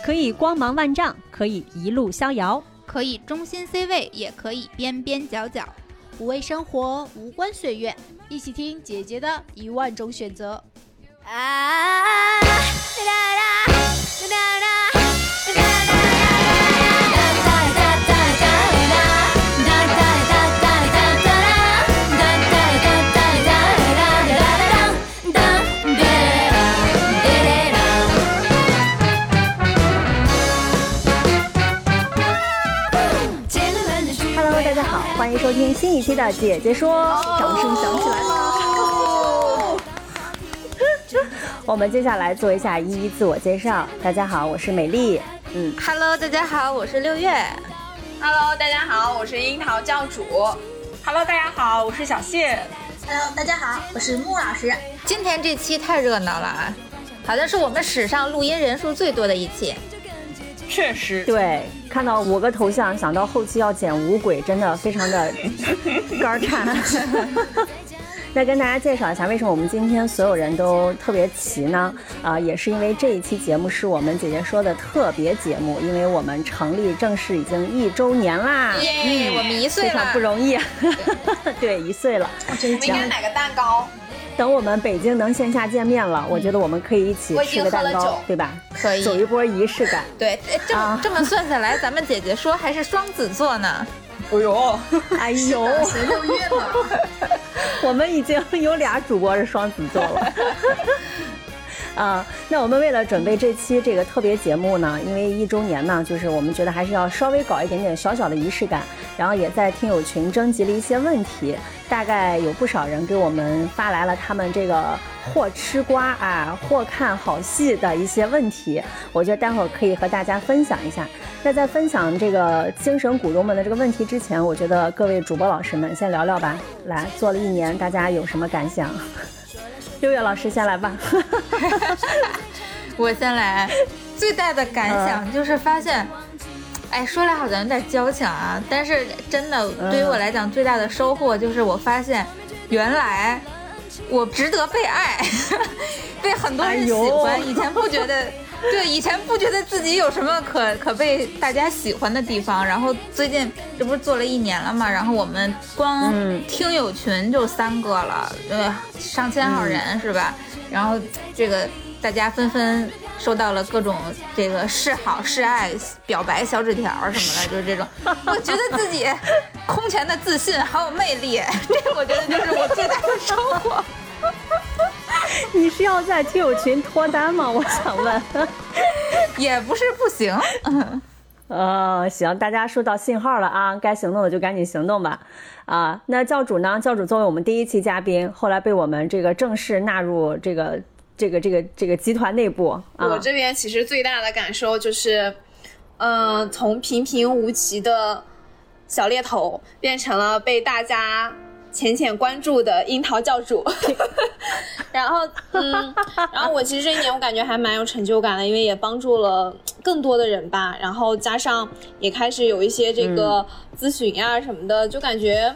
可以光芒万丈，可以一路逍遥， 可以中心 C 位，也可以边边角角。 不为生活，无关岁月，一起听姐姐的10000种选择。 大家好，欢迎收听新一期的姐姐说，掌声响起来了。我们接下来做一下一一自我介绍。大家好，我是美丽。 Hello， 大家好，我是六月。 Hello， 大家好，我是樱桃教主。 Hello， 大家好，我是小谢。 Hello， 大家好，我是穆老师。 今天这期太热闹了啊，好像是我们史上录音人数最多的一期。 确实， 对，看到5个头像，想到后期要剪五鬼，真的非常的肝颤。再跟大家介绍一下，为什么我们今天所有人都特别齐呢？也是因为这一期节目是我们姐姐说的特别节目，因为我们成立正式已经1周年啦， 耶，我们1岁了， 非常不容易。对1岁了， 我们应该买个蛋糕。 等我们北京能线下见面了，我觉得我们可以一起吃个蛋糕，对吧？ 可以走一波仪式感。 对，这么算下来，咱们姐姐说还是双子座呢。 哎呦， 学6月了。 我们已经有2主播是双子座了。那我们为了准备这期这个特别节目呢，因为1周年呢，就是我们觉得还是要稍微搞一点点小小的仪式感，然后也在听友群征集了一些问题，大概有不少人给我们发来了他们这个或吃瓜啊，或看好戏的一些问题，我觉得待会儿可以和大家分享一下。那在分享这个精神股东们的这个问题之前，我觉得各位主播老师们先聊聊吧。来，做了1年，大家有什么感想？六月老师先来吧。 我先来。最大的感想就是发现，说来好像有点矫情啊，但是真的对于我来讲，最大的收获就是我发现，原来我值得被爱，被很多人喜欢。以前不觉得。对，以前不觉得自己有什么可被大家喜欢的地方，然后最近这不是做了1年了嘛，然后我们光听友群就3个了，上千号人是吧？然后这个大家纷纷收到了各种这个示好、示爱、表白小纸条什么的，就是这种，我觉得自己空前的自信，好有魅力，这我觉得就是我最大的收获。 你是要在听友群脱单吗？我想问。 也不是不行。 行，大家收到信号了啊，该行动的就赶紧行动吧。那教主呢？教主作为我们第1期嘉宾，后来被我们这个正式纳入这个集团内部。 我这边其实最大的感受就是，从平平无奇的小猎头变成了被大家浅关注的樱桃教主。然后我其实这1年我感觉还蛮有成就感的，因为也帮助了更多的人吧，然后加上也开始有一些这个咨询啊什么的，就感觉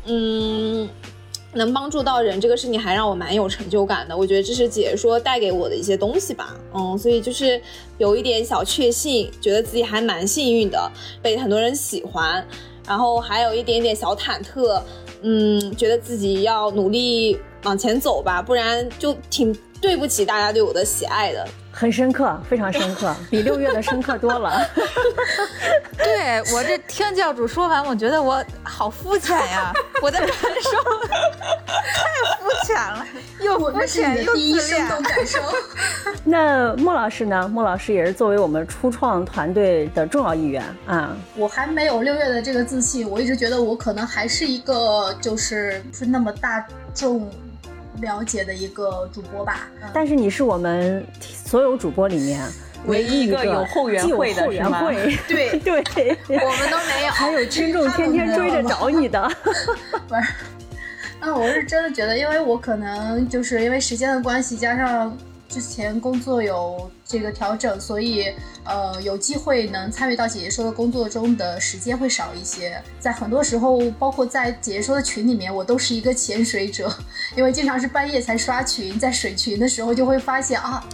能帮助到人这个事情还让我蛮有成就感的。我觉得这是姐姐说带给我的一些东西吧。所以就是有一点小确幸，觉得自己还蛮幸运的，被很多人喜欢，然后还有一点点小忐忑，觉得自己要努力往前走吧，不然就挺对不起大家对我的喜爱的。 很深刻，非常深刻，比6月的深刻多了。 对，我这听教主说完，我觉得我好肤浅呀，我的感受太肤浅了，又肤浅又第一生动感受。 那莫老师呢？莫老师也是作为我们初创团队的重要一员啊。 我还没有6月的这个自信，我一直觉得我可能还是一个就是不是那么大众了解的一个主播吧。 但是你是我们所有主播里面唯一一个有后援会的，是吗？ 对对， 我们都没有， 还有听众天天追着找你的。 不是，我是真的觉得，因为我可能就是因为时间的关系，加上之前工作有这个调整，所以有机会能参与到姐姐说的工作中的时间会少一些。在很多时候，包括在姐姐说的群里面，我都是一个潜水者，因为经常是半夜才刷群，在水群的时候就会发现啊，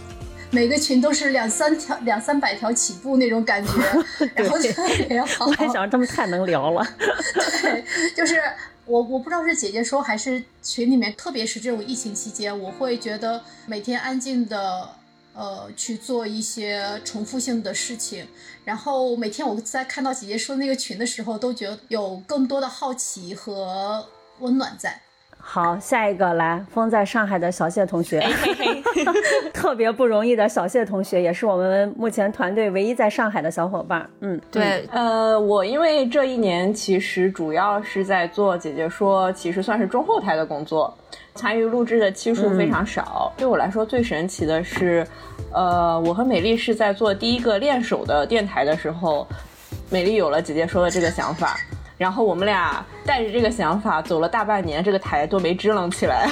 每个群都是两三百条起步那种感觉，然后特别好。 我还想他们太能聊了。 对，就是我不知道是姐姐说还是群里面，特别是这种疫情期间，我会觉得每天安静的去做一些重复性的事情，然后每天我在看到姐姐说那个群的时候，都觉得有更多的好奇和温暖在。 好，下一个来，封在上海的小谢同学，特别不容易的小谢同学，也是我们目前团队唯一在上海的小伙伴。 对， 我因为这一年其实主要是在做姐姐说，其实算是中后台的工作，参与录制的期数非常少。对我来说最神奇的是，我和美丽是在做第一个练手的电台的时候，美丽有了姐姐说的这个想法。然后我们俩带着这个想法走了大半年，这个台都没支棱起来。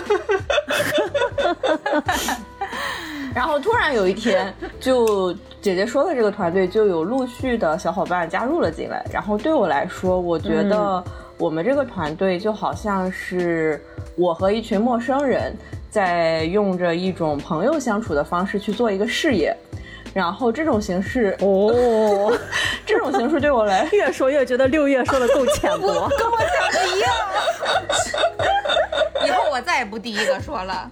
然后突然有一天，就姐姐说的这个团队就有陆续的小伙伴加入了进来。然后对我来说，我觉得我们这个团队就好像是我和一群陌生人在用着一种朋友相处的方式去做一个事业。然后这种形式这种形式对我来越说越觉得6月说的够浅薄。 跟我想的一样。以后我再也不第一个说了。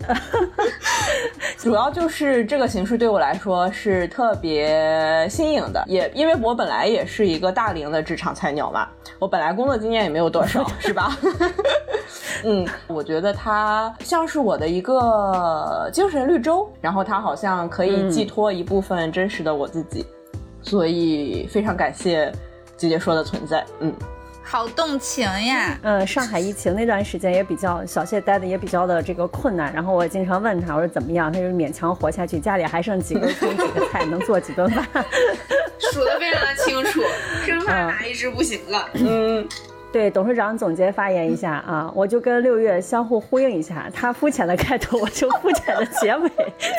主要就是这个形式对我来说是特别新颖的，也因为我本来也是一个大龄的职场菜鸟嘛，我本来工作经验也没有多少，是吧？我觉得它像是我的一个精神绿洲，然后它好像可以寄托一部分真实的我自己，所以非常感谢姐姐说的存在。 好动情呀。 上海疫情那段时间也比较，小谢待的也比较的这个困难，然后我经常问他，我说怎么样，他就勉强活下去，家里还剩几根葱几个菜，能做几顿饭， 数得非常的清楚，生怕哪一只不行了。 对，董事长总结发言一下啊，我就跟6月相互呼应一下，他肤浅的开头，我就肤浅的结尾。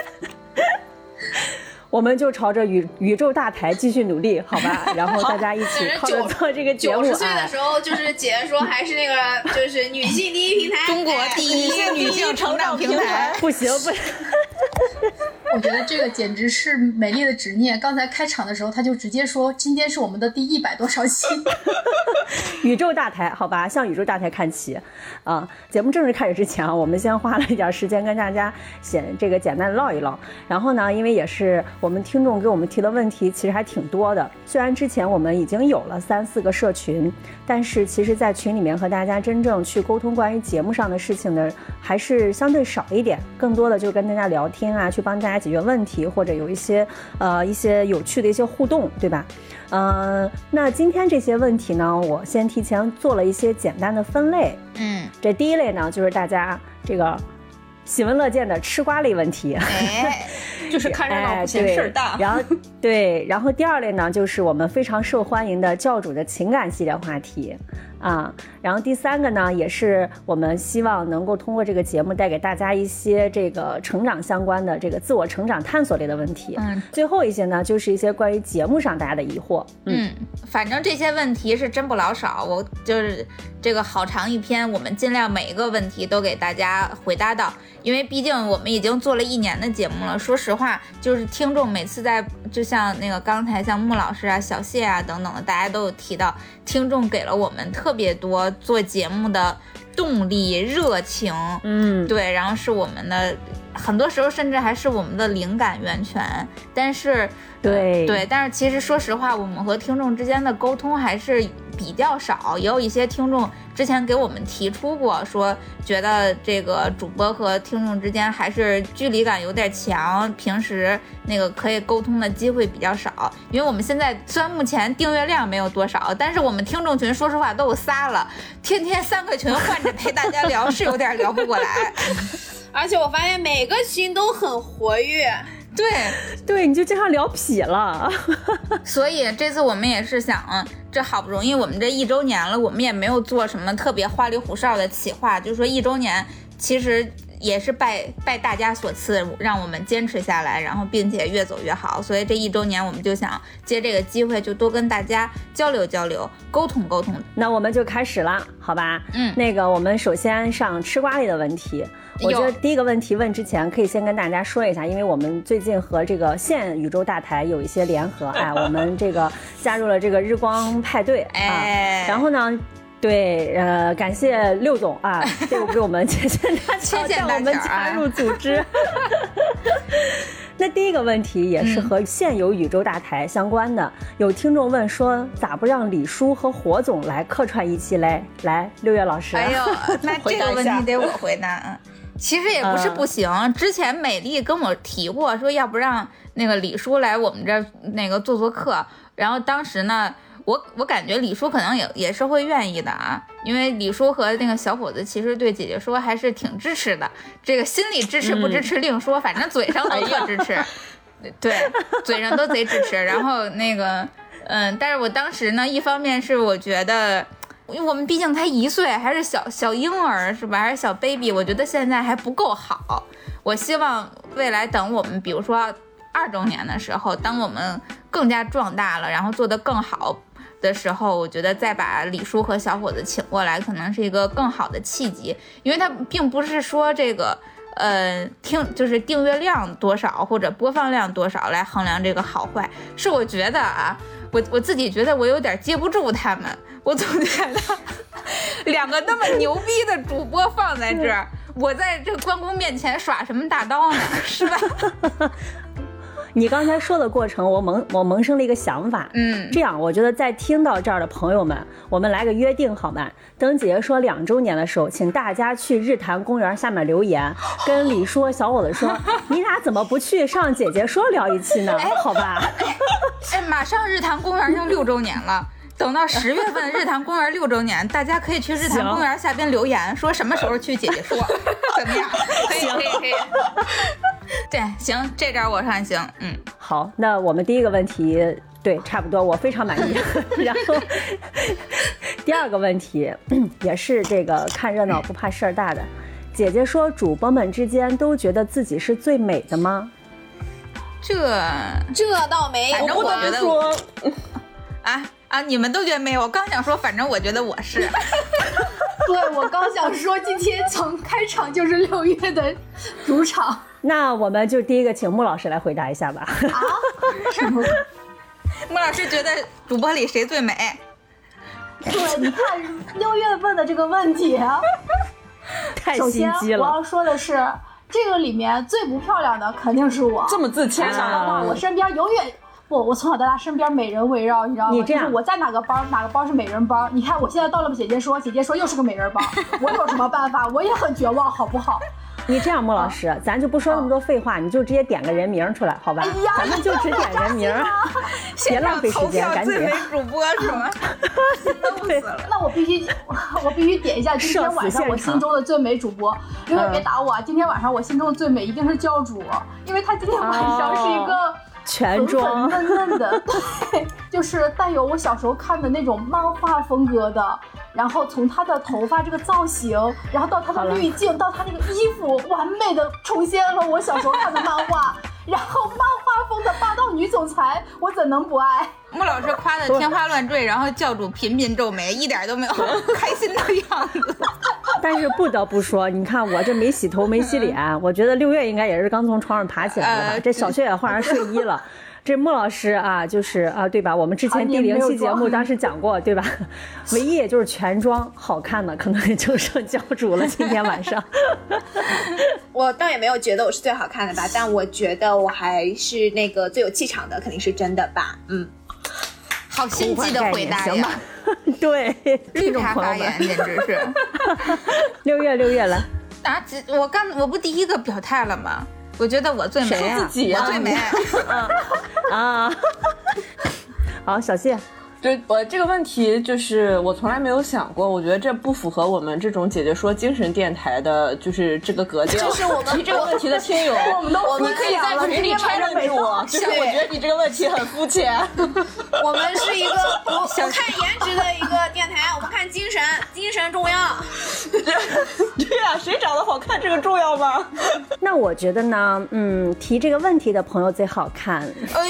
我们就朝着宇宙大台继续努力，好吧？然后大家一起靠着做这个节目。90 岁的时候，就是姐说还是那个，就是女性第一平台， 中国第一女性成长平台。 不行。 我觉得这个简直是美丽的执念。刚才开场的时候，他就直接说今天是我们的第100多少期。 宇宙大台，好吧，向宇宙大台看齐啊！节目正式开始之前啊，我们先花了一点时间跟大家简单的唠一唠。然后呢，因为也是我们听众给我们提的问题其实还挺多的，虽然之前我们已经有了3、4个社群，但是其实在群里面和大家真正去沟通关于节目上的事情呢，还是相对少一点，更多的就跟大家聊天啊，去帮大家解决问题，或者有一些有趣的一些互动，对吧？那今天这些问题呢，我先提前做了一些简单的分类。这第一类呢，就是大家这个喜闻乐见的吃瓜类问题， 就是看热闹不嫌事儿大。 然后第二类呢，就是我们非常受欢迎的教主的情感系列话题啊。然后第3个呢，也是我们希望能够通过这个节目带给大家一些这个成长相关的这个自我成长探索类的问题。最后一些呢，就是一些关于节目上大家的疑惑。 反正这些问题是真不老少，我就是这个好长一篇，我们尽量每一个问题都给大家回答到，因为毕竟我们已经做了1年的节目了。说实话，就是听众每次就像那个刚才像穆老师啊、小谢啊等等的，大家都有提到，听众给了我们特别多做节目的动力、热情，对，然后是我们的很多时候甚至还是我们的灵感源泉。但是但是其实说实话，我们和听众之间的沟通还是比较少，也有一些听众之前给我们提出过，说觉得这个主播和听众之间还是距离感有点强，平时那个可以沟通的机会比较少。因为我们现在虽然目前订阅量没有多少，但是我们听众群说实话都有仨了，天天3个群换着陪大家聊是有点聊不过来。 而且我发现每个群都很活跃。 对，你就经常聊痞了。 所以这次我们也是想，这好不容易我们这1周年了，我们也没有做什么特别花里胡哨的企划，就是说1周年其实也是拜大家所赐，让我们坚持下来，然后并且越走越好。所以这1周年我们就想借这个机会就多跟大家交流交流，沟通沟通。 那我们就开始了，好吧？那个我们首先上吃瓜类的问题。我觉得第一个问题问之前，可以先跟大家说一下，因为我们最近和这个现宇宙大台有一些联合，我们这个加入了这个日光派对然后呢，对，感谢六总啊，给我们牵线搭桥，让我们加入组织。那第一个问题也是和现有宇宙大台相关的，有听众问说，咋不让李叔和火总来客串一期嘞？来，六月老师。 哎呦，那这个问题得我回答。其实也不是不行，之前美丽跟我提过，说要不让那个李叔来我们这那个做客，然后当时呢，我感觉李叔可能也是会愿意的啊，因为李叔和那个小伙子其实对姐姐说还是挺支持的，这个心里支持不支持另说，反正嘴上都特支持，对，嘴上都贼支持。然后那个但是我当时呢，一方面是我觉得。因为我们毕竟才1岁，还是小婴儿是吧？还是小 baby， 我觉得现在还不够好。我希望未来等我们比如说2周年的时候，当我们更加壮大了，然后做得更好的时候，我觉得再把李叔和小伙子请过来，可能是一个更好的契机。因为他并不是说这个就是订阅量多少或者播放量多少来衡量这个好坏，是我觉得啊，我自己觉得我有点接不住他们。我总觉得2个那么牛逼的主播放在这儿，我在这关公面前耍什么大刀呢？是吧？ 你刚才说的过程，我萌生了一个想法，这样我觉得在听到这儿的朋友们，我们来个约定好吗？等姐姐说2周年的时候，请大家去日坛公园下面留言，跟李叔小伙子说，你俩怎么不去上姐姐说聊一期呢？好吧？ 马上日坛公园就6周年了。等到10月份日坛公园6周年，大家可以去日坛公园下边留言，说什么时候去姐姐说，怎么样？可以。对，行，这点我看行。 好，那我们第一个问题，对，差不多，我非常满意。然后第二个问题也是这个看热闹不怕事儿大的。姐姐说，主播们之间都觉得自己是最美的吗？ 这倒没有， 反正我觉得说你们都觉得没有，我刚想说，反正我觉得我是。 对，我刚想说，今天从开场就是6月的主场。 那我们就第一个请穆老师来回答一下吧。 穆老师觉得主播里谁最美？ 对，你看6月份的这个问题， 太心机了。 首先我要说的是，这个里面最不漂亮的肯定是我。 这么自谦啊！我身边永远。我从小到大身边美人围绕，你知道吗？ 你这样， 就是我在哪个包是美人包。你看我现在到了姐姐说又是个美人包，我有什么办法？我也很绝望，好不好？ 你这样，穆老师，咱就不说那么多废话，你就直接点个人名出来，好吧？咱们就只点人名，别浪费时间，赶紧。 最美主播是吗？ 对， 那我必须点一下今天晚上我心中的最美主播，因为别打我，今天晚上我心中的最美一定是教主，因为他今天晚上是一个。 全妆粉嫩的，对，就是带有我小时候看的那种漫画风格的，然后从她的头发这个造型，然后到她的滤镜，到她那个衣服，完美的重现了我小时候看的漫画，然后漫画风的霸道女总裁，我怎能不爱？ 穆老师夸的天花乱坠，然后教主频频皱眉，一点都没有开心的样子。 但是不得不说，你看我这没洗头没洗脸，我觉得6月应该也是刚从床上爬起来的吧？这小薛也换上睡衣了。这穆老师啊，就是啊，对吧？我们之前第0期节目当时讲过，对吧？唯一也就是全妆好看的，可能也就剩教主了。今天晚上， 我倒也没有觉得我是最好看的吧，但我觉得我还是那个最有气场的，肯定是真的吧？ 好心机的回答呀！ 对， 绿茶发言简直是。 6月来啊！我不第一个表态了吗？我觉得我最美， 自己我最美。 好，小谢， 对，我这个问题就是我从来没有想过，我觉得这不符合我们这种姐姐说精神电台的，就是这个格调。 就是我们提这个问题的听友，你可以在群里challenge我，就是我觉得你这个问题很肤浅。 我们是一个不看颜值的一个电台，我们看精神，精神重要。 对呀，谁长得好看这个重要吗？ 那我觉得呢，提这个问题的朋友最好看。 可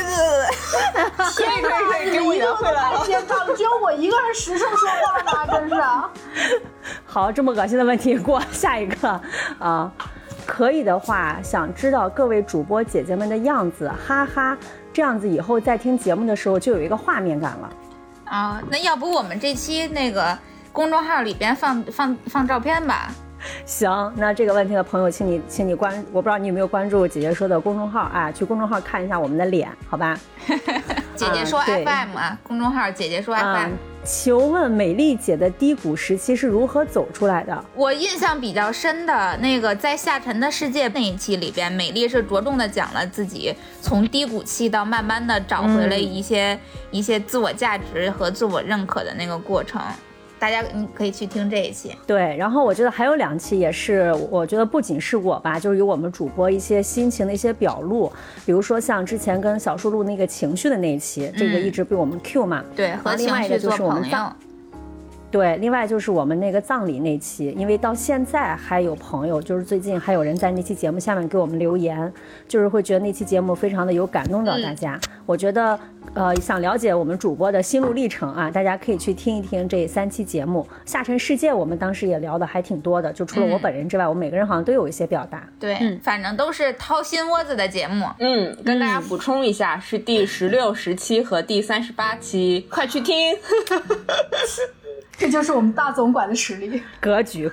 以给我圆回来了。 先长，只有我一个人实诚说话吗？真是。 好，这么恶心的问题过下一个啊。可以的话，想知道各位主播姐姐们的样子，哈哈，这样子以后在听节目的时候就有一个画面感了。 啊，那要不我们这期那个公众号里边放照片吧？ 行，那这个问题的朋友，请你我不知道你有没有关注姐姐说的公众号啊？去公众号看一下我们的脸，好吧？ 姐姐说 FM 啊，公众号姐姐说 FM。 求问美丽姐的低谷时期是如何走出来的？ 我印象比较深的那个在下沉的世界那一期里边，美丽是着重的讲了自己从低谷期到慢慢的找回了一些自我价值和自我认可的那个过程。大家可以去听这一期。 对，然后我觉得还有2期也是，我觉得不仅是我吧，就是有我们主播一些心情的一些表露，比如说像之前跟小树录那个情绪的那一期，这个一直被我们 Q 嘛。 对，和情绪做朋友。 对，另外就是我们那个葬礼那期，因为到现在还有朋友，就是最近还有人在那期节目下面给我们留言，就是会觉得那期节目非常的有感动到大家。我觉得想了解我们主播的心路历程啊，大家可以去听一听这3期节目。下沉世界我们当时也聊的还挺多的，就除了我本人之外，我们每个人好像都有一些表达。 对，反正都是掏心窝子的节目。 跟大家补充一下，是第16、17和第38期，快去听。 这就是我们大总管的实力， 格局。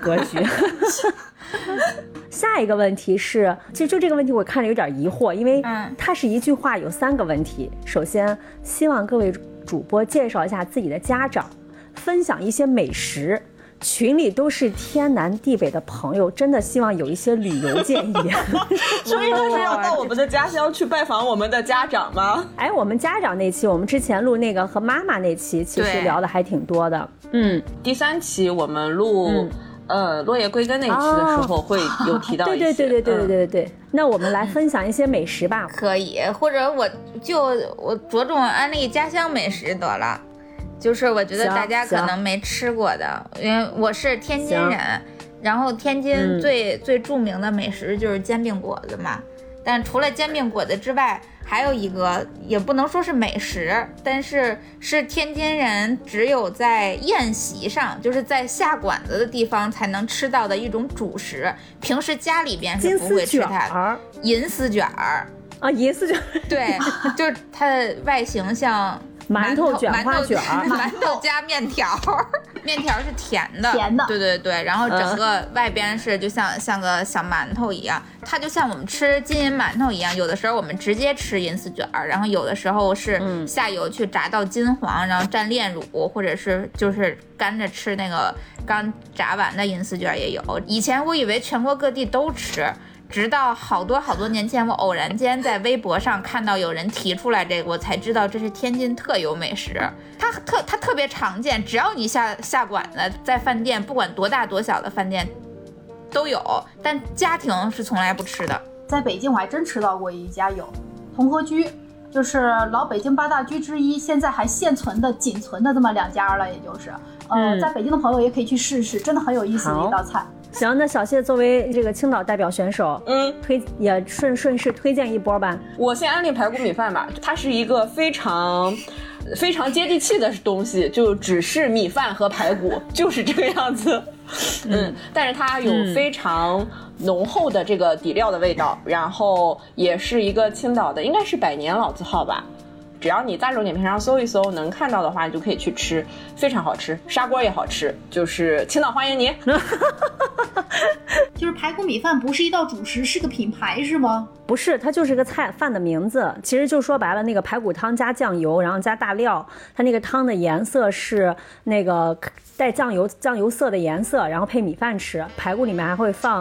下一个问题是，就这个问题我看着有点疑惑，因为它是一句话有3个问题。首先，希望各位主播介绍一下自己的家长，分享一些美食。群里都是天南地北的朋友，真的希望有一些旅游建议。 所以他是要到我们的家乡去拜访我们的家长吗？ 哎，我们家长那期，我们之前录那个和妈妈那期，其实聊的还挺多的。 第3期我们录落叶归根那期的时候会有提到一些。 对。那我们来分享一些美食吧。 可以，或者我着重安利家乡美食得了。就是我觉得大家可能没吃过的，因为我是天津人，然后天津最著名的美食就是煎饼果子嘛。但除了煎饼果子之外，还有一个也不能说是美食，但是天津人只有在宴席上，就是在下馆子的地方才能吃到的一种主食，平时家里边是不会吃它。银丝卷儿啊，银丝卷， 对，就是它的外形像馒头卷花卷， 馒头加面条，面条是甜的，对，然后整个外边是就像个小馒头一样，它就像我们吃金银馒头一样，有的时候我们直接吃银丝卷，然后有的时候是下油去炸到金黄，然后蘸炼乳，或者是就是干着吃那个刚炸完的银丝卷也有。以前我以为全国各地都吃，直到好多年前，我偶然间在微博上看到有人提出来这个，我才知道这是天津特有美食。它特别常见，只要你下馆子，在饭店，不管多大多小的饭店都有，但家庭是从来不吃的。 在北京我还真吃到过一家有同和居，就是老北京8大居之一，现在还仅存的这么2家了，也就是在北京的朋友也可以去试试，真的很有意思的一道菜。 行，那小谢作为这个青岛代表选手，也顺势推荐一波吧。 我先安利排骨米饭吧，它是一个非常接地气的东西，就只是米饭和排骨，就是这个样子。但是它有非常浓厚的这个底料的味道，然后也是一个青岛的，应该是100年老字号吧。只要你大众点评上搜一搜能看到的话，你就可以去吃，非常好吃，砂锅也好吃，就是青岛欢迎你。 就是排骨米饭不是一道主食，是个品牌是吗？ 不是，它就是个饭的名字。其实就说白了，那个排骨汤加酱油，然后加大料，它那个汤的颜色是那个带酱油色的颜色，然后配米饭吃。排骨里面还会放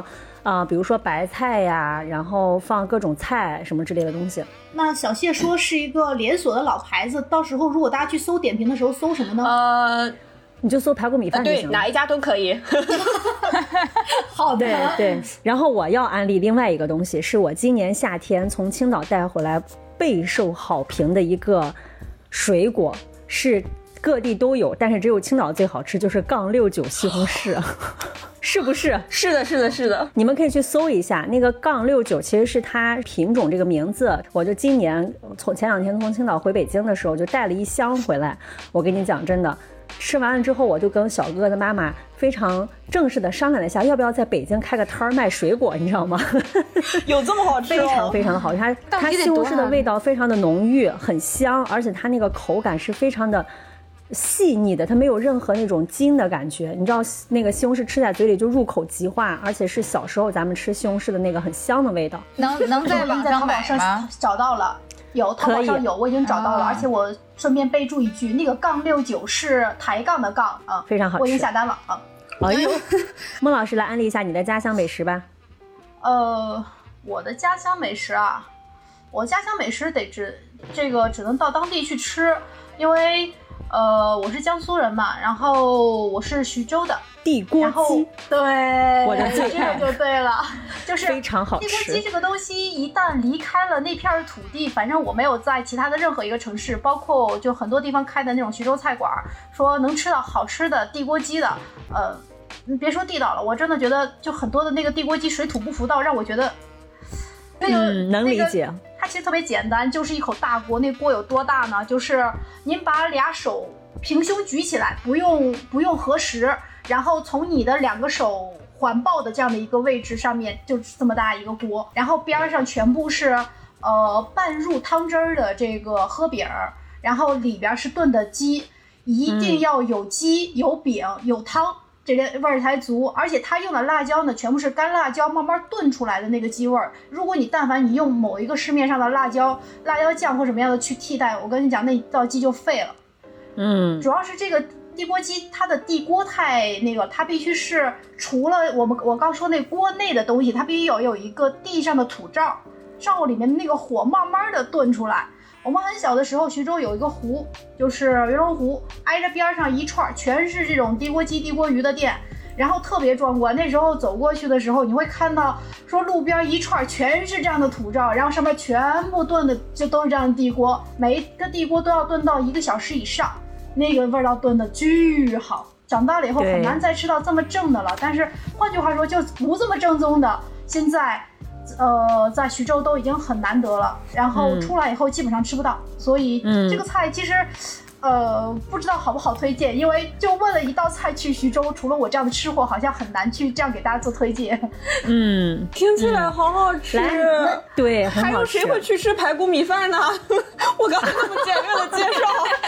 比如说白菜呀，然后放各种菜什么之类的东西。 那小谢说是一个连锁的老牌子，到时候如果大家去搜点评的时候搜什么呢？ 你就搜排骨米饭就行了。 对，哪一家都可以。 好的。 对，然后我要安利另外一个东西，是我今年夏天从青岛带回来备受好评的一个水果，是各地都有，但是只有青岛最好吃，就是杠69西红柿。是不是？ 是的，是的，是的。 你们可以去搜一下，那个杠69其实是它品种这个名字。我就今年前2天从青岛回北京的时候，就带了1箱回来。我跟你讲，真的，吃完了之后，我就跟小哥哥的妈妈非常正式的商量了一下，要不要在北京开个摊儿卖水果，你知道吗？ 有这么好吃？ 非常非常的好吃，它西红柿的味道非常的浓郁，很香，而且它那个口感是非常的细腻的，它没有任何那种筋的感觉。你知道那个西红柿吃在嘴里就入口即化，而且是小时候咱们吃西红柿的那个很香的味道。 能在网上买吗？ 找到了，有淘宝上有，我已经找到了，而且我顺便备注一句，那个杠69是抬杠的杠啊， 非常好吃， 我已经下单了啊。 哎呦，孟老师来安利一下你的家乡美食吧。 我的家乡美食啊，我家乡美食只能到当地去吃，因为我是江苏人嘛，然后我是徐州的地锅鸡， 对， 我的最爱， 这个就对了，就是非常好吃。 地锅鸡这个东西一旦离开了那片土地，反正我没有在其他的任何一个城市，包括就很多地方开的那种徐州菜馆，说能吃到好吃的地锅鸡的，你别说地道了，我真的觉得就很多的那个地锅鸡水土不服到让我觉得能理解。 它其实特别简单，就是一口大锅，那锅有多大呢？就是您把2手平胸举起来，不用合十，然后从你的2个手环抱的这样的一个位置上面，就这么大一个锅，然后边上全部是半入汤汁儿的这个喝饼，然后里边是炖的鸡，一定要有鸡有饼有汤。这个味儿才足，而且它用的辣椒呢，全部是干辣椒慢慢炖出来的那个鸡味儿。如果你但凡你用某一个市面上的辣椒酱或什么样的去替代，我跟你讲，那道鸡就废了。主要是这个地锅鸡，它的地锅太那个，它必须是除了我刚说那锅内的东西，它必须要有一个地上的土罩，罩里面的那个火慢慢的炖出来。我们很小的时候，徐州有一个湖，就是云龙湖，挨着边上一串全是这种地锅鸡、地锅鱼的店，然后特别壮观。那时候走过去的时候，你会看到说路边一串全是这样的土罩，然后上面全部炖的就都是这样的地锅，每一个地锅都要炖到1个小时以上，那个味道炖的巨好。长大了以后很难再吃到这么正的了，但是换句话说，就不这么正宗的，现在在徐州都已经很难得了，然后出来以后基本上吃不到，所以这个菜其实不知道好不好推荐，因为就问了一道菜去徐州，除了我这样的吃货，好像很难去这样给大家做推荐。 听起来好好吃， 对，很好吃。 还有谁会去吃排骨米饭呢？我刚才这么简略的介绍。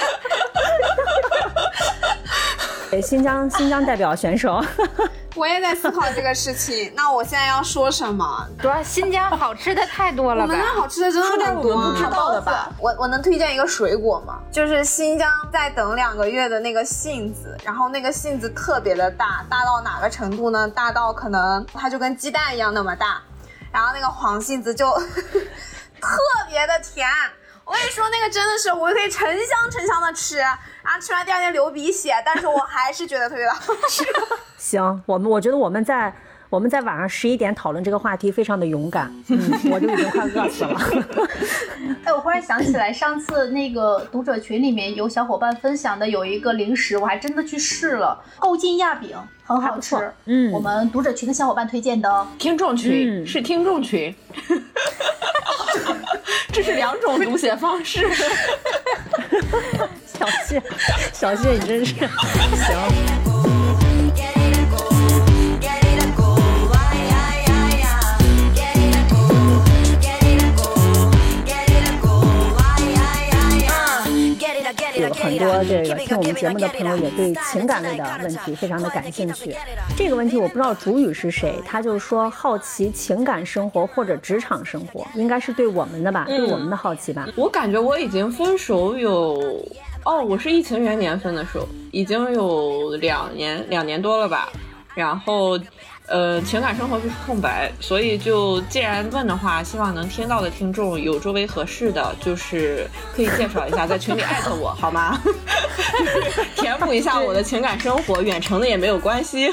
新疆代表选手。 我也在思考这个事情，那我现在要说什么？ 主要新疆好吃的太多了吧？ 我们那好吃的真的很多， 我们不知道的吧？ 我能推荐一个水果吗？就是新疆在等2个月的那个杏子，然后那个杏子特别的大到哪个程度呢？大到可能它就跟鸡蛋一样那么大，然后那个黄杏子就特别的甜。我跟你说，那个真的是我可以成箱的吃，然后吃完第2天流鼻血，但是我还是觉得特别的好吃。 行，我觉得我们在晚上11点讨论这个话题非常的勇敢，我就已经快饿死了。 我忽然想起来，上次那个读者群里面有小伙伴分享的有一个零食，我还真的去试了，后劲亚饼很好吃。我们读者群的小伙伴推荐的。 听众群，是听众群。这是2种读写方式。 小谢，你真是行。有很多这个听我们节目的朋友也对情感类的问题非常的感兴趣。这个问题我不知道主语是谁，他就说好奇情感生活或者职场生活，应该是对我们的吧，对我们的好奇吧。 我感觉我已经分手有我是疫情元年分的手，已经有2年多了吧。然后情感生活就是空白，所以就既然问的话，希望能听到的听众有周围合适的，就是可以介绍一下，在群里艾特我好吗？填补一下我的情感生活，远程的也没有关系。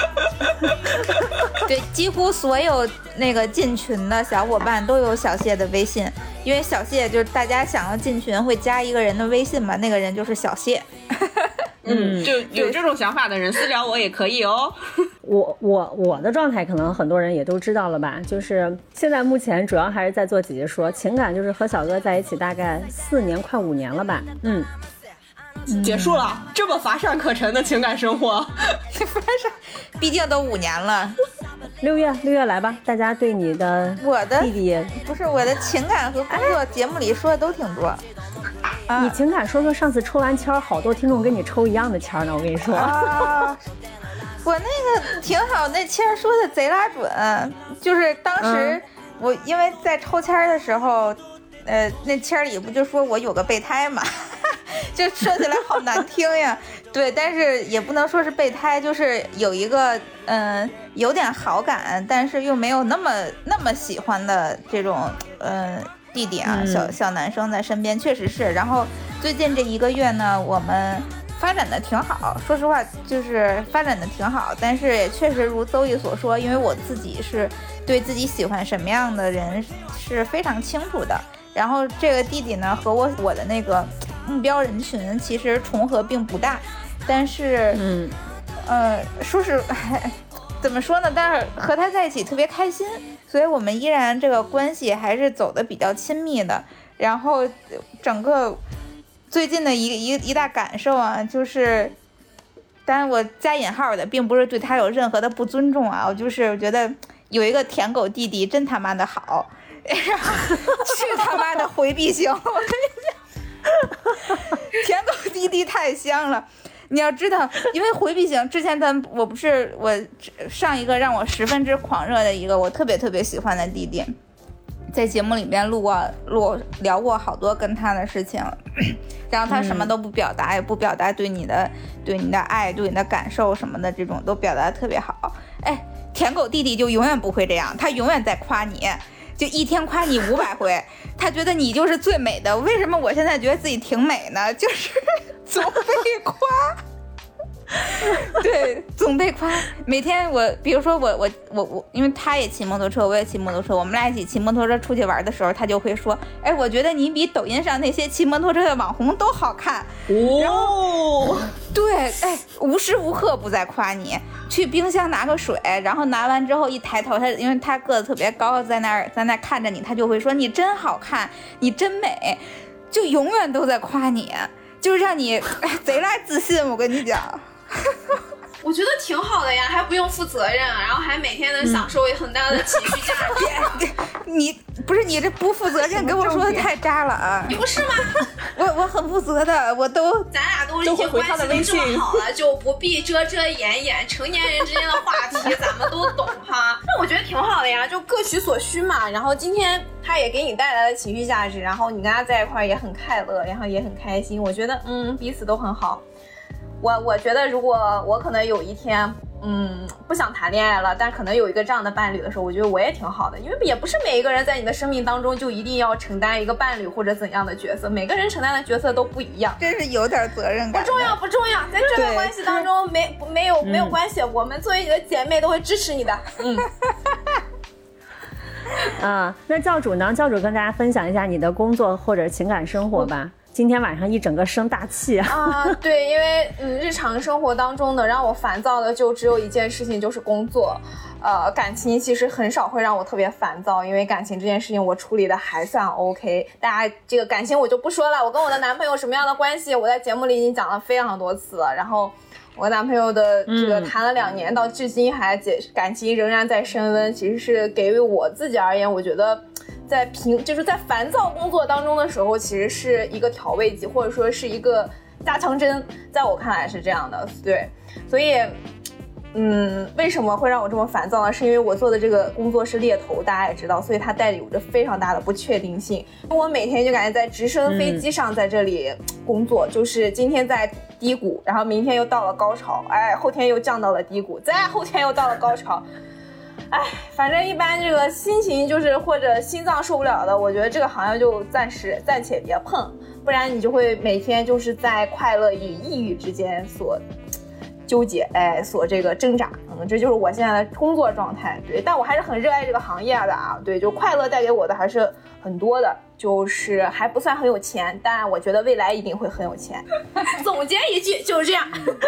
对，几乎所有那个进群的小伙伴都有小谢的微信，因为小谢就是大家想要进群会加一个人的微信嘛，那个人就是小谢。 就有这种想法的人私聊我也可以哦。 我的状态可能很多人也都知道了吧，就是现在目前主要还是在做姐姐说情感，就是和小哥在一起大概4年快5年了吧。 结束了，这么乏善可陈的情感生活。 乏善，毕竟都5年了。 6月来吧，大家对你的弟弟不是我的情感和工作节目里说的都挺多。 你情感说上次抽完签，好多听众跟你抽一样的签呢，我跟你说。 我那个挺好，那签说的贼拉准，就是当时我因为在抽签的时候，那签里不就说我有个备胎嘛，就说起来好难听呀。对，但是也不能说是备胎，就是有一个有点好感，但是又没有那么喜欢的这种弟弟啊，小男生在身边，确实是。然后最近这1个月呢，我们发展的挺好，说实话就是发展的挺好，但是也确实如邹毅所说，因为我自己是对自己喜欢什么样的人是非常清楚的。然后这个弟弟呢，和我的那个目标人群其实重合并不大，但是说是怎么说呢？但是和他在一起特别开心，所以我们依然这个关系还是走得比较亲密的。然后整个最近的一大感受啊，就是当然我加引号的，并不是对他有任何的不尊重啊，我觉得有一个舔狗弟弟真他妈的好，然后去他妈的回避型，我跟你讲，舔狗弟弟太香了。你要知道，因为回避型之前我上一个让我十分之狂热的一个我特别特别喜欢的弟弟，在节目里面聊过好多跟他的事情，然后他什么都不表达，也不表达对你的爱，对你的感受什么的，这种都表达得特别好。哎，舔狗弟弟就永远不会这样，他永远在夸你，就一天夸你500回，他觉得你就是最美的。为什么我现在觉得自己挺美呢？就是总被夸。对，总被夸。每天比如说我，因为他也骑摩托车，我也骑摩托车，我们俩一起骑摩托车出去玩的时候，他就会说：“哎，我觉得你比抖音上那些骑摩托车的网红都好看。” 哦， 对，哎，无时无刻不在夸你。去冰箱拿个水，然后拿完之后一抬头，因为他个子特别高，在那看着你，他就会说：“你真好看，你真美。”就永远都在夸你，就是让你贼拉自信。我跟你讲。 我觉得挺好的呀，还不用负责任，然后还每天能享受很大的情绪价值。 你不是你这不负责任，跟我说的太渣了啊！ 你不是吗？ 我很负责的， 咱俩都已经关系都这么好了，就不必遮遮掩掩，成年人之间的话题咱们都懂哈。那我觉得挺好的呀，就各取所需嘛。然后今天他也给你带来了情绪价值，然后你跟他在一块也很快乐，然后也很开心。我觉得彼此都很好。我觉得如果我可能有一天不想谈恋爱了，但可能有一个这样的伴侣的时候，我觉得我也挺好的，因为也不是每一个人在你的生命当中就一定要承担一个伴侣或者怎样的角色，每个人承担的角色都不一样， 真是有点责任感。 不重要，在这段关系当中没有关系，我们作为你的姐妹都会支持你的。 那教主呢？教主跟大家分享一下你的工作或者情感生活吧。今天晚上一整个生大气啊！对，因为日常生活当中呢，让我烦躁的就只有一件事情，就是工作。感情其实很少会让我特别烦躁，因为感情这件事情我处理的还算 OK。大家这个感情我就不说了，我跟我的男朋友什么样的关系，我在节目里已经讲了非常多次了。然后我男朋友的这个谈了2年，到至今还感情仍然在升温，其实是给予我自己而言，我觉得。就是在烦躁工作当中的时候，其实是一个调味剂，或者说是一个加强针，在我看来是这样的。对，所以为什么会让我这么烦躁呢？是因为我做的这个工作是猎头，大家也知道，所以它带有着非常大的不确定性。我每天就感觉在直升飞机上在这里工作，就是今天在低谷，然后明天又到了高潮，后天又降到了低谷，再后天又到了高潮。反正一般这个心情就是或者心脏受不了的，我觉得这个行业就暂且别碰，不然你就会每天就是在快乐与抑郁之间所纠结，所这个挣扎，这就是我现在的工作状态。对，但我还是很热爱这个行业的啊。对，就快乐带给我的还是很多的，就是还不算很有钱，但我觉得未来一定会很有钱。总结一句就是这样。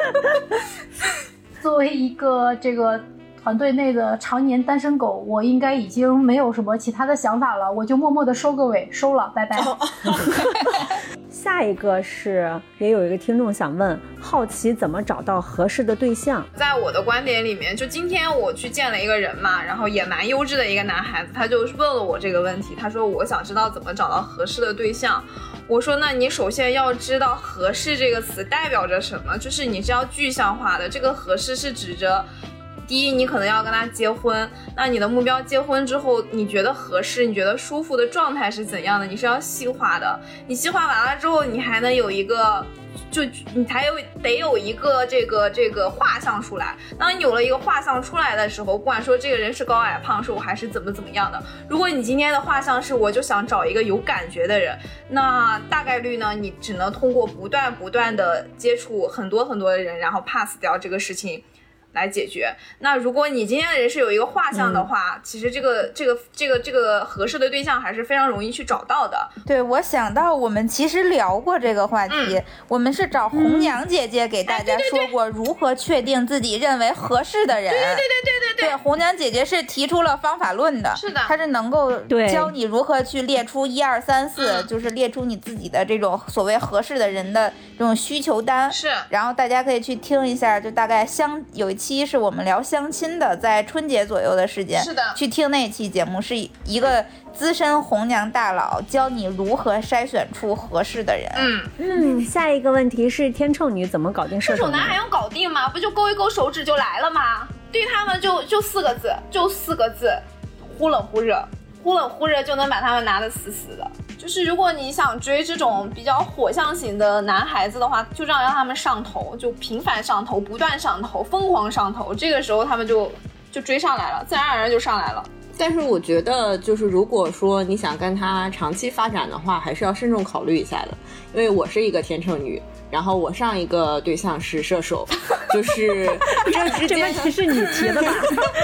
作为一个这个团队内的常年单身狗，我应该已经没有什么其他的想法了，我就默默的收个尾，收了，拜拜。 下一个是也有一个听众想问，好奇怎么找到合适的对象。 在我的观点里面，就今天我去见了一个人嘛，然后也蛮优质的一个男孩子，他就问了我这个问题，他说我想知道怎么找到合适的对象。我说那你首先要知道合适这个词代表着什么，就是你是要具象化的，这个合适是指着第一，你可能要跟他结婚，那你的目标结婚之后，你觉得合适，你觉得舒服的状态是怎样的？你是要细化的。你细化完了之后，你还能有一个，你还得有一个这个画像出来。当你有了一个画像出来的时候，不管说这个人是高矮胖瘦还是怎么样的，如果你今天的画像是我就想找一个有感觉的人，那大概率呢，你只能通过不断的接触很多的人，然后 pass 掉这个事情来解决。那如果你今天的人是有一个画像的话，其实这个合适的对象还是非常容易去找到的。 对，我想到我们其实聊过这个话题，我们是找红娘姐姐给大家说过如何确定自己认为合适的人。对，红娘姐姐是提出了方法论的， 是的， 她是能够教你如何去列出1、2、3、4，就是列出你自己的这种所谓合适的人的这种需求单。 是， 然后大家可以去听一下，就大概有一期是我们聊相亲的，在春节左右的时间， 是的， 去听那期节目，是一个资深红娘大佬教你如何筛选出合适的人。 下一个问题是天秤女怎么搞定射手男？ 还用搞定吗？不就勾一勾手指就来了吗？对他们就4个字，忽冷忽热就能把他们拿得死死的。就是如果你想追这种比较火象型的男孩子的话，就这样让他们上头，就频繁上头，不断上头，疯狂上头，这个时候他们就追上来了，自然而然就上来了。 但是我觉得就是如果说你想跟他长期发展的话，还是要慎重考虑一下的。因为我是一个天秤女，然后我上一个对象是射手，就是这问题是你提的吧？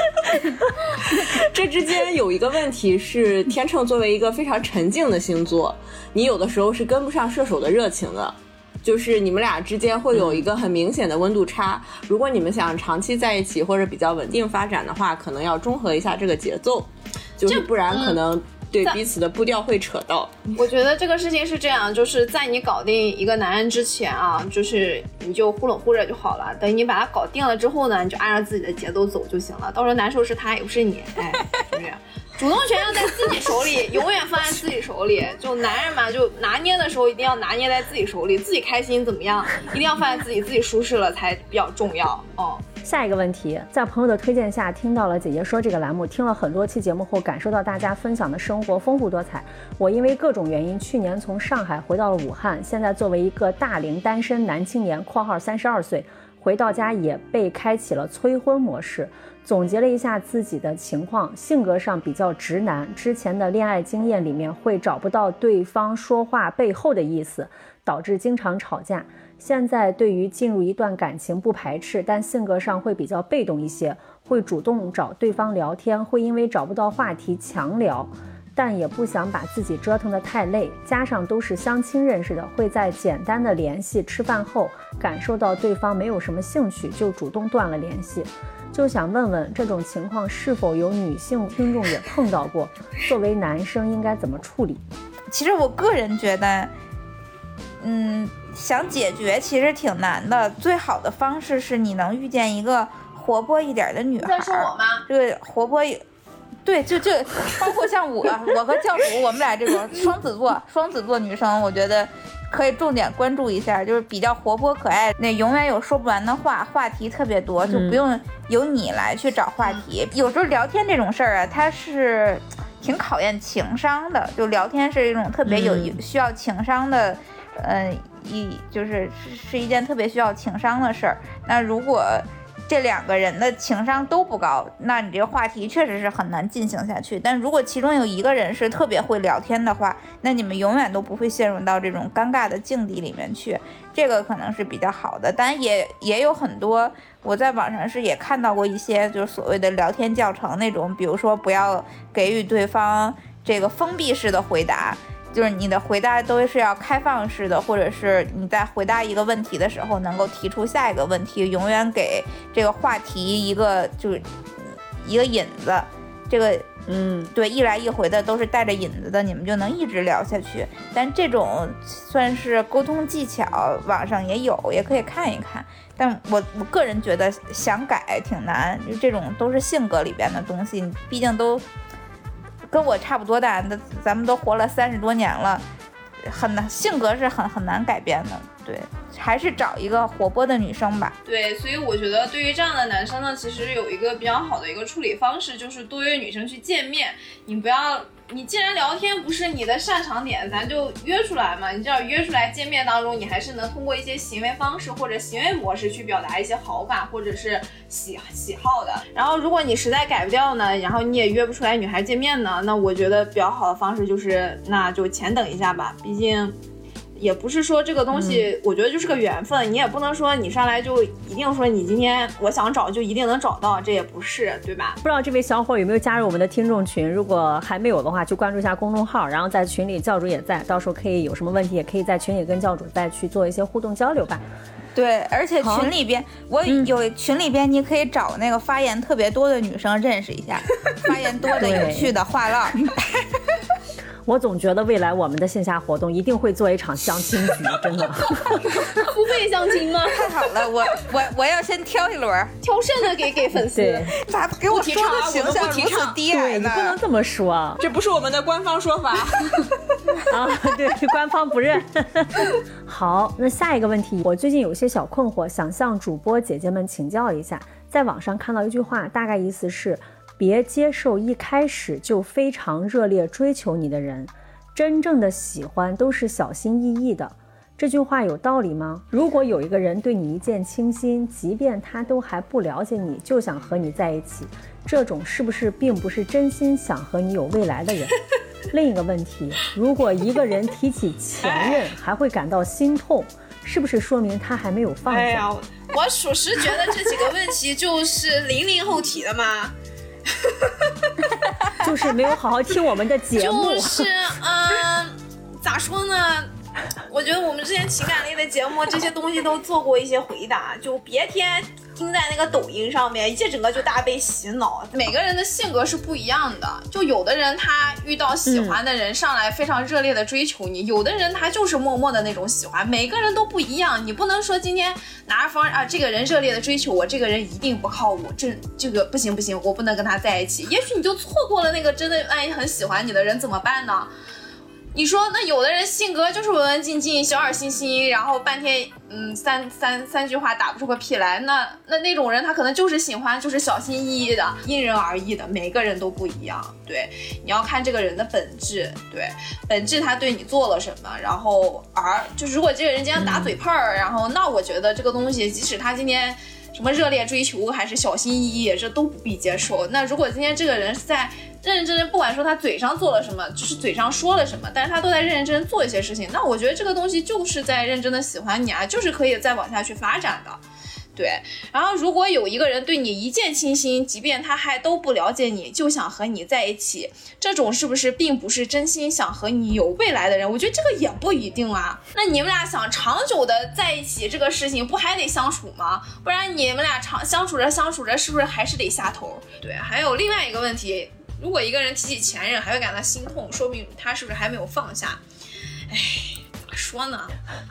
这之间有一个问题是，天秤作为一个非常沉静的星座，你有的时候是跟不上射手的热情的，就是你们俩之间会有一个很明显的温度差。如果你们想长期在一起或者比较稳定发展的话，可能要中和一下这个节奏，就是不然可能对彼此的步调会扯到。 我觉得这个事情是这样，就是在你搞定一个男人之前啊，就是你就忽冷忽热就好了，等你把他搞定了之后呢，你就按照自己的节奏走就行了，到时候难受是他也不是你，是不是？主动权要在自己手里，永远放在自己手里。就男人嘛，就拿捏的时候一定要拿捏在自己手里，自己开心怎么样，一定要放在自己舒适了才比较重要。 下一个问题，在朋友的推荐下听到了姐姐说这个栏目，听了很多期节目后，感受到大家分享的生活丰富多彩。我因为各种原因，去年从上海回到了武汉，现在作为一个大龄单身男青年（括号32岁），回到家也被开启了催婚模式。总结了一下自己的情况，性格上比较直男，之前的恋爱经验里面会找不到对方说话背后的意思，导致经常吵架。现在对于进入一段感情不排斥，但性格上会比较被动一些，会主动找对方聊天，会因为找不到话题强聊，但也不想把自己折腾得太累，加上都是相亲认识的，会在简单的联系吃饭后感受到对方没有什么兴趣，就主动断了联系。就想问问这种情况是否有女性听众也碰到过，作为男生应该怎么处理？ 其实我个人觉得想解决其实挺难的，最好的方式是你能遇见一个活泼一点的女孩。 在说我吗？ 这个活泼对，就包括像我和教主，我们俩这种双子座女生，我觉得可以重点关注一下，就是比较活泼可爱，那永远有说不完的话题特别多，就不用由你来去找话题。有时候聊天这种事儿啊，它是挺考验情商的，就聊天是一种特别需要情商的，是一件特别需要情商的事儿。那如果这2个人的情商都不高，那你这个话题确实是很难进行下去。但如果其中有一个人是特别会聊天的话，那你们永远都不会陷入到这种尴尬的境地里面去，这个可能是比较好的。当然也有很多，我在网上是也看到过一些就是所谓的聊天教程那种，比如说不要给予对方这个封闭式的回答，就是你的回答都是要开放式的，或者是你在回答一个问题的时候能够提出下一个问题，永远给这个话题一个引子，这个对，一来一回的都是带着引子的，你们就能一直聊下去。但这种算是沟通技巧，网上也有，也可以看一看。但我个人觉得想改挺难，就这种都是性格里边的东西，毕竟都跟我差不多大，咱们都活了30多年了，很难，性格是很难改变的。对，还是找一个活泼的女生吧。 对，所以我觉得对于这样的男生呢，其实有一个比较好的一个处理方式，就是多约女生去见面。你既然聊天不是你的擅长点，咱就约出来嘛。你这样约出来见面当中，你还是能通过一些行为方式或者行为模式去表达一些好感或者是喜好的。然后如果你实在改不掉呢，然后你也约不出来女孩见面呢，那我觉得比较好的方式就是那就浅等一下吧，毕竟也不是说这个东西，我觉得就是个缘分，你也不能说你上来就一定说你今天我想找就一定能找到，这也不是，对吧？ 不知道这位小伙有没有加入我们的听众群，如果还没有的话就关注一下公众号，然后在群里教主也在，到时候可以有什么问题也可以在群里跟教主再去做一些互动交流吧。 对，而且群里边群里边你可以找那个发言特别多的女生认识一下，发言多的有趣的话唠。 我总觉得未来我们的线下活动一定会做一场相亲局，真的。 付费相亲吗？ 太好了，我要先挑一轮， 挑剩的给粉丝。 咋给我说的形象如此低矮呢？ 对，你不能这么说， 这不是我们的官方说法。 啊，对，官方不认。好，那下一个问题，我最近有些小困惑，想向主播姐姐们请教一下。在网上看到一句话，大概意思是，别接受一开始就非常热烈追求你的人，真正的喜欢都是小心翼翼的。这句话有道理吗？如果有一个人对你一见倾心，即便他都还不了解你，就想和你在一起，这种是不是并不是真心想和你有未来的人？另一个问题，如果一个人提起前任还会感到心痛，是不是说明他还没有放下？ 哎呀，我属实觉得这几个问题就是00后提的嘛。 就是没有好好听我们的节目。 就是咋说呢？我觉得我们之前情感类的节目这些东西都做过一些回答，就别天听在那个抖音上面，一整个就大被洗脑。每个人的性格是不一样的，就有的人他遇到喜欢的人上来非常热烈的追求你，有的人他就是默默的那种喜欢，每个人都不一样。你不能说今天拿着方啊，这个人热烈的追求我，这个人一定不靠谱，这个不行，我不能跟他在一起。也许你就错过了那个真的很喜欢你的人，怎么办呢？你说那有的人性格就是文文静静小耳心心，然后半天三句话打不出个屁来，那种人他可能就是喜欢，就是小心翼翼的，因人而异的，每个人都不一样。对，你要看这个人的本质，对，本质他对你做了什么，然后就是如果这个人今天打嘴炮然后那我觉得这个东西即使他今天什么热烈追求还是小心翼翼，这都不必接受。那如果今天这个人是在认认真真，不管说他嘴上做了什么，就是嘴上说了什么，但是他都在认认真真做一些事情，那我觉得这个东西就是在认真的喜欢你啊，就是可以再往下去发展的。对，然后如果有一个人对你一见倾心，即便他还都不了解你，就想和你在一起，这种是不是并不是真心想和你有未来的人？我觉得这个也不一定啊。那你们俩想长久的在一起，这个事情不还得相处吗？不然你们俩相处着，是不是还是得下头？对，还有另外一个问题，如果一个人提起前任还会感到心痛，说明他是不是还没有放下？哎，咋说呢？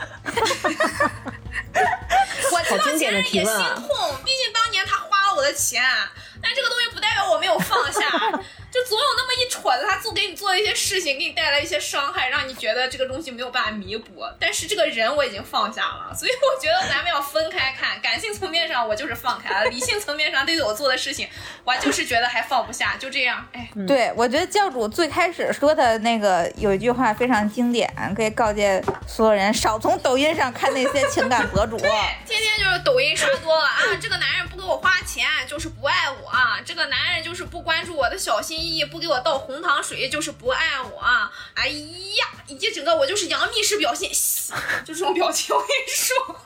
我知道前任也心痛，毕竟当年他花了我的钱，但这个东西不代表我没有放下，就总有那么一蠢他给你做一些事情，给你带来一些伤害，让你觉得这个东西没有办法弥补，但是这个人我已经放下了，所以我觉得咱们要分开看，感性层面上我就是放开了，理性层面上对我做的事情我就是觉得还放不下，就这样。哎， 对，我觉得教主最开始说的那个有一句话非常经典，可以告诫所有人少从抖音上看那些情感博主。 对，天天就是抖音刷多了啊，这个男人不给我花钱就是不爱我啊，这个男人就是不关注我的小心翼翼，不给我倒红糖水就是不爱我啊，哎呀，以及整个我就是杨幂式表现，就这种表情我跟你说。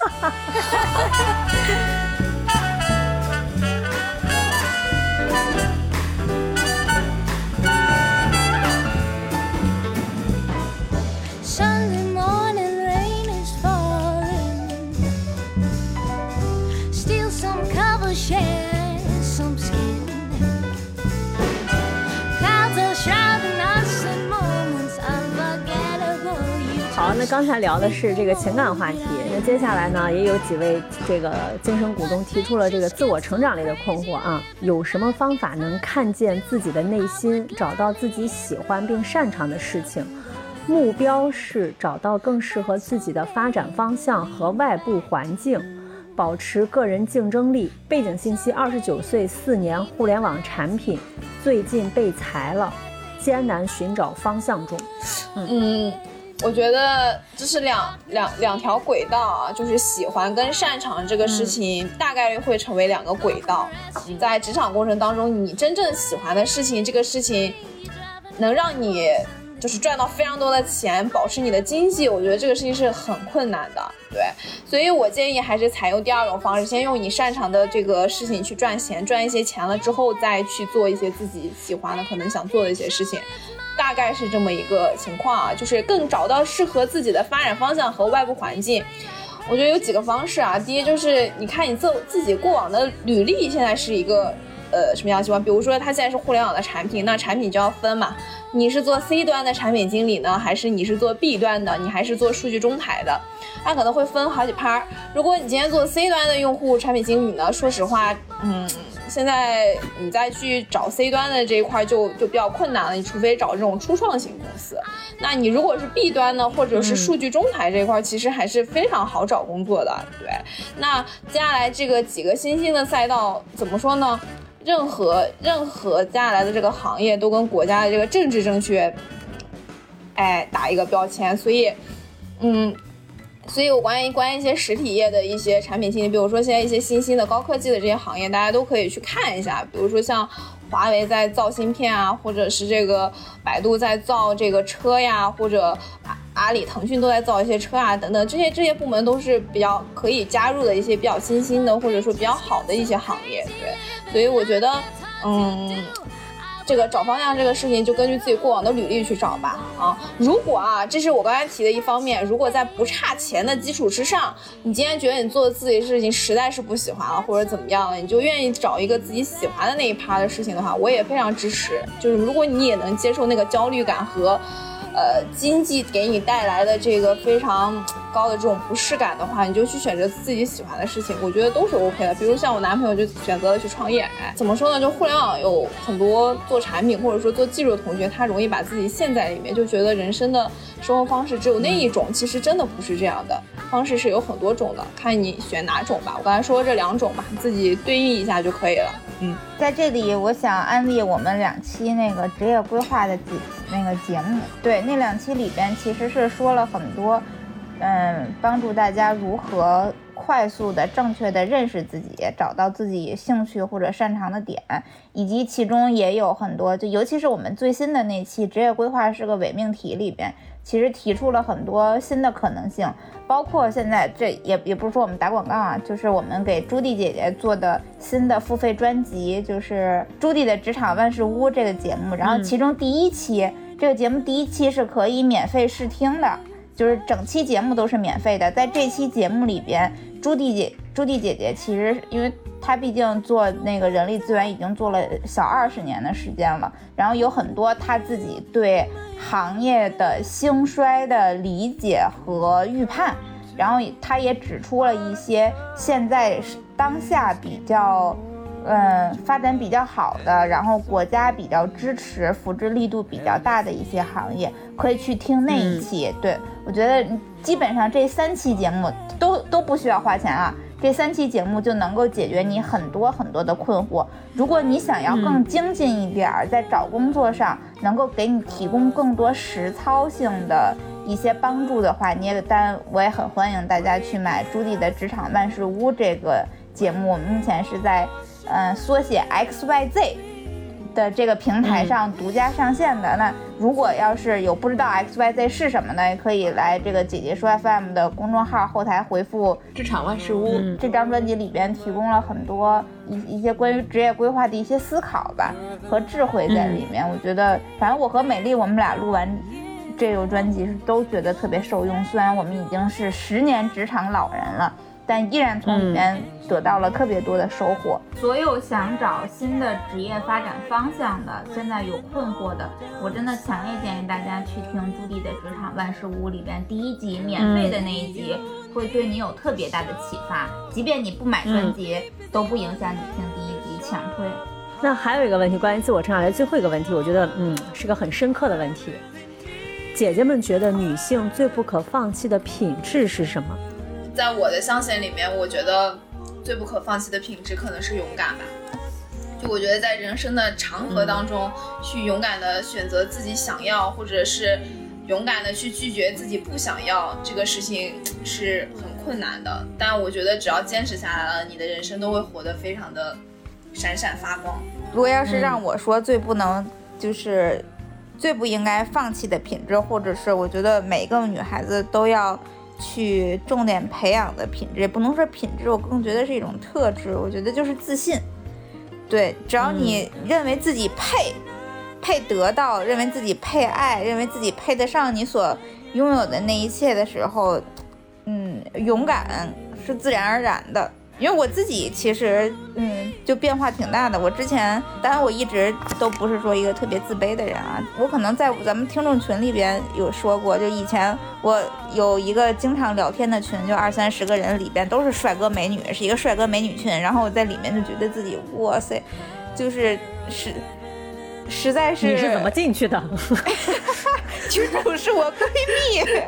好，那刚才聊的是这个情感话题，那接下来呢，也有几位这个精神股东提出了这个自我成长类的困惑啊，有什么方法能看见自己的内心，找到自己喜欢并擅长的事情？目标是找到更适合自己的发展方向和外部环境，保持个人竞争力。背景信息：29岁，4年互联网产品，最近被裁了，艰难寻找方向中。 我觉得这是两条轨道啊，就是喜欢跟擅长这个事情大概率会成为两个轨道。在职场过程当中，你真正喜欢的事情，这个事情能让你就是赚到非常多的钱，保持你的经济，我觉得这个事情是很困难的。对，所以我建议还是采用第二种方式，先用你擅长的这个事情去赚钱，赚一些钱了之后再去做一些自己喜欢的可能想做的一些事情，大概是这么一个情况啊，就是更找到适合自己的发展方向和外部环境。我觉得有几个方式啊，第一就是你看你自己过往的履历现在是一个什么样的情况，比如说他现在是互联网的产品，那产品就要分嘛，你是做 C 端的产品经理呢，还是你是做 B 端的，你还是做数据中台的，它可能会分好几趴。如果你今天做 C 端的用户产品经理呢，说实话现在你再去找 C 端的这一块就比较困难了，你除非找这种初创型公司。那你如果是 B 端呢，或者是数据中台这一块，其实还是非常好找工作的。对，那接下来这个几个新兴的赛道怎么说呢？任何接下来的这个行业都跟国家的这个政治正确打一个标签，所以我关于一些实体业的一些产品经理，比如说现在一些新兴的高科技的这些行业，大家都可以去看一下，比如说像华为在造芯片啊，或者是这个百度在造这个车呀，或者阿里、腾讯都在造一些车啊等等，这些部门都是比较可以加入的一些比较新兴的或者说比较好的一些行业。对，所以我觉得这个找方向这个事情就根据自己过往的履历去找吧。如果这是我刚才提的一方面，如果在不差钱的基础之上，你今天觉得你做自己的事情实在是不喜欢了，或者怎么样了，你就愿意找一个自己喜欢的那一趴的事情的话，我也非常支持。就是如果你也能接受那个焦虑感和经济给你带来的这个非常高的这种不适感的话，你就去选择自己喜欢的事情，我觉得都是 OK 的。比如像我男朋友就选择了去创业，怎么说呢，就互联网有很多做产品或者说做技术的同学，他容易把自己陷在里面，就觉得人生的生活方式只有那一种，其实真的不是这样的，方式是有很多种的，看你选哪种吧。我刚才说这2种吧，自己对应一下就可以了。 在这里我想安利我们2期那个职业规划的那个节目，对，那2期里边其实是说了很多帮助大家如何快速的正确的认识自己，找到自己兴趣或者擅长的点，以及其中也有很多，就尤其是我们最新的那期职业规划是个伪命题里边，其实提出了很多新的可能性，包括现在这也不是说我们打广告啊，就是我们给朱棣姐姐做的新的付费专辑，就是朱棣的职场万事屋这个节目，然后其中第1期这个节目第1期是可以免费试听的，就是整期节目都是免费的。在这期节目里边，朱棣姐姐其实因为她毕竟做那个人力资源已经做了小20年的时间了，然后有很多她自己对行业的兴衰的理解和预判，然后她也指出了一些现在当下比较发展比较好的，然后国家比较支持、扶持力度比较大的一些行业，可以去听那一期。对，我觉得基本上这3期节目都不需要花钱啊，这3期节目就能够解决你很多很多的困惑。如果你想要更精进一点，在找工作上能够给你提供更多实操性的一些帮助的话，我也很欢迎大家去买朱迪的职场万事屋这个节目，目前是在缩写 XYZ 的这个平台上独家上线的。那如果要是有不知道 XYZ 是什么呢，也可以来这个姐姐说 FM 的公众号后台回复职场万事屋。 这张专辑里边提供了很多一些关于职业规划的一些思考吧和智慧在里面。我觉得反正我和美丽我们俩录完这个专辑都觉得特别受用，虽然我们已经是10年职场老人了，但依然从里面得到了特别多的收获。所有想找新的职业发展方向的，现在有困惑的，我真的强烈建议大家去听朱迪的职场万事屋里边第1集免费的那一集，会对你有特别大的启发，即便你不买专辑，都不影响你听第1集，强推。 那还有一个问题，关于自我成长的最后一个问题，我觉得是个很深刻的问题。姐姐们觉得女性最不可放弃的品质是什么？ 在我的象限里面，我觉得最不可放弃的品质可能是勇敢吧。就我觉得在人生的长河当中，去勇敢的选择自己想要，或者是勇敢的去拒绝自己不想要，这个事情是很困难的。但我觉得只要坚持下来了，你的人生都会活得非常的闪闪发光。 如果要是让我说最不能就是最不应该放弃的品质，或者是我觉得每个女孩子都要去重点培养的品质，也不能说品质，我更觉得是一种特质。我觉得就是自信。对，只要你认为自己配得到，认为自己配爱，认为自己配得上你所拥有的那一切的时候，勇敢是自然而然的。因为我自己其实就变化挺大的。我之前当然我一直都不是说一个特别自卑的人啊，我可能在咱们听众群里边有说过，就以前我有一个经常聊天的群，就20-30个人，里边都是帅哥美女，是一个帅哥美女群，然后我在里面就觉得自己哇塞，就是实在是。 你是怎么进去的？ 群主是我闺蜜。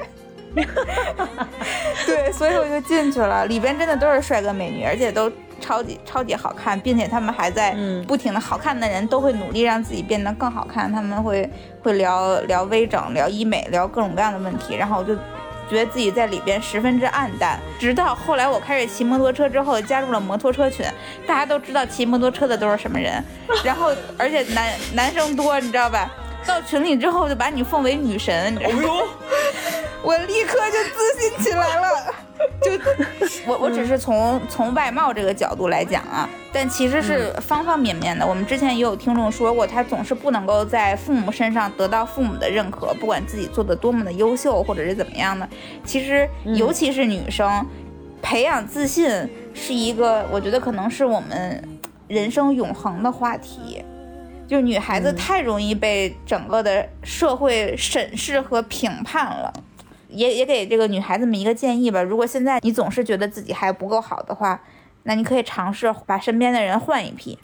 对，所以我就进去了，里边真的都是帅哥美女，而且都超级好看，并且他们还在不停的好看的人都会努力让自己变得更好看，他们会聊微整，聊医美，聊各种各样的问题，然后我就觉得自己在里边十分之暗淡。直到后来我开始骑摩托车之后，加入了摩托车群，大家都知道骑摩托车的都是什么人，然后而且男生多，你知道吧？到群里之后就把你奉为女神，你知道吗？我立刻就自信起来了。就我只是从外貌这个角度来讲啊，但其实是方方面面的。我们之前也有听众说过，他总是不能够在父母身上得到父母的认可，不管自己做的多么的优秀或者是怎么样的。其实尤其是女生，培养自信是一个我觉得可能是我们人生永恒的话题。就女孩子太容易被整个的社会审视和评判了，也给这个女孩子们一个建议吧。如果现在你总是觉得自己还不够好的话，那你可以尝试把身边的人换一批。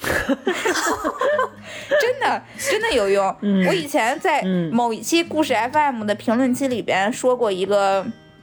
真的有用。我以前在某一期故事 FM 的评论区里边说过一个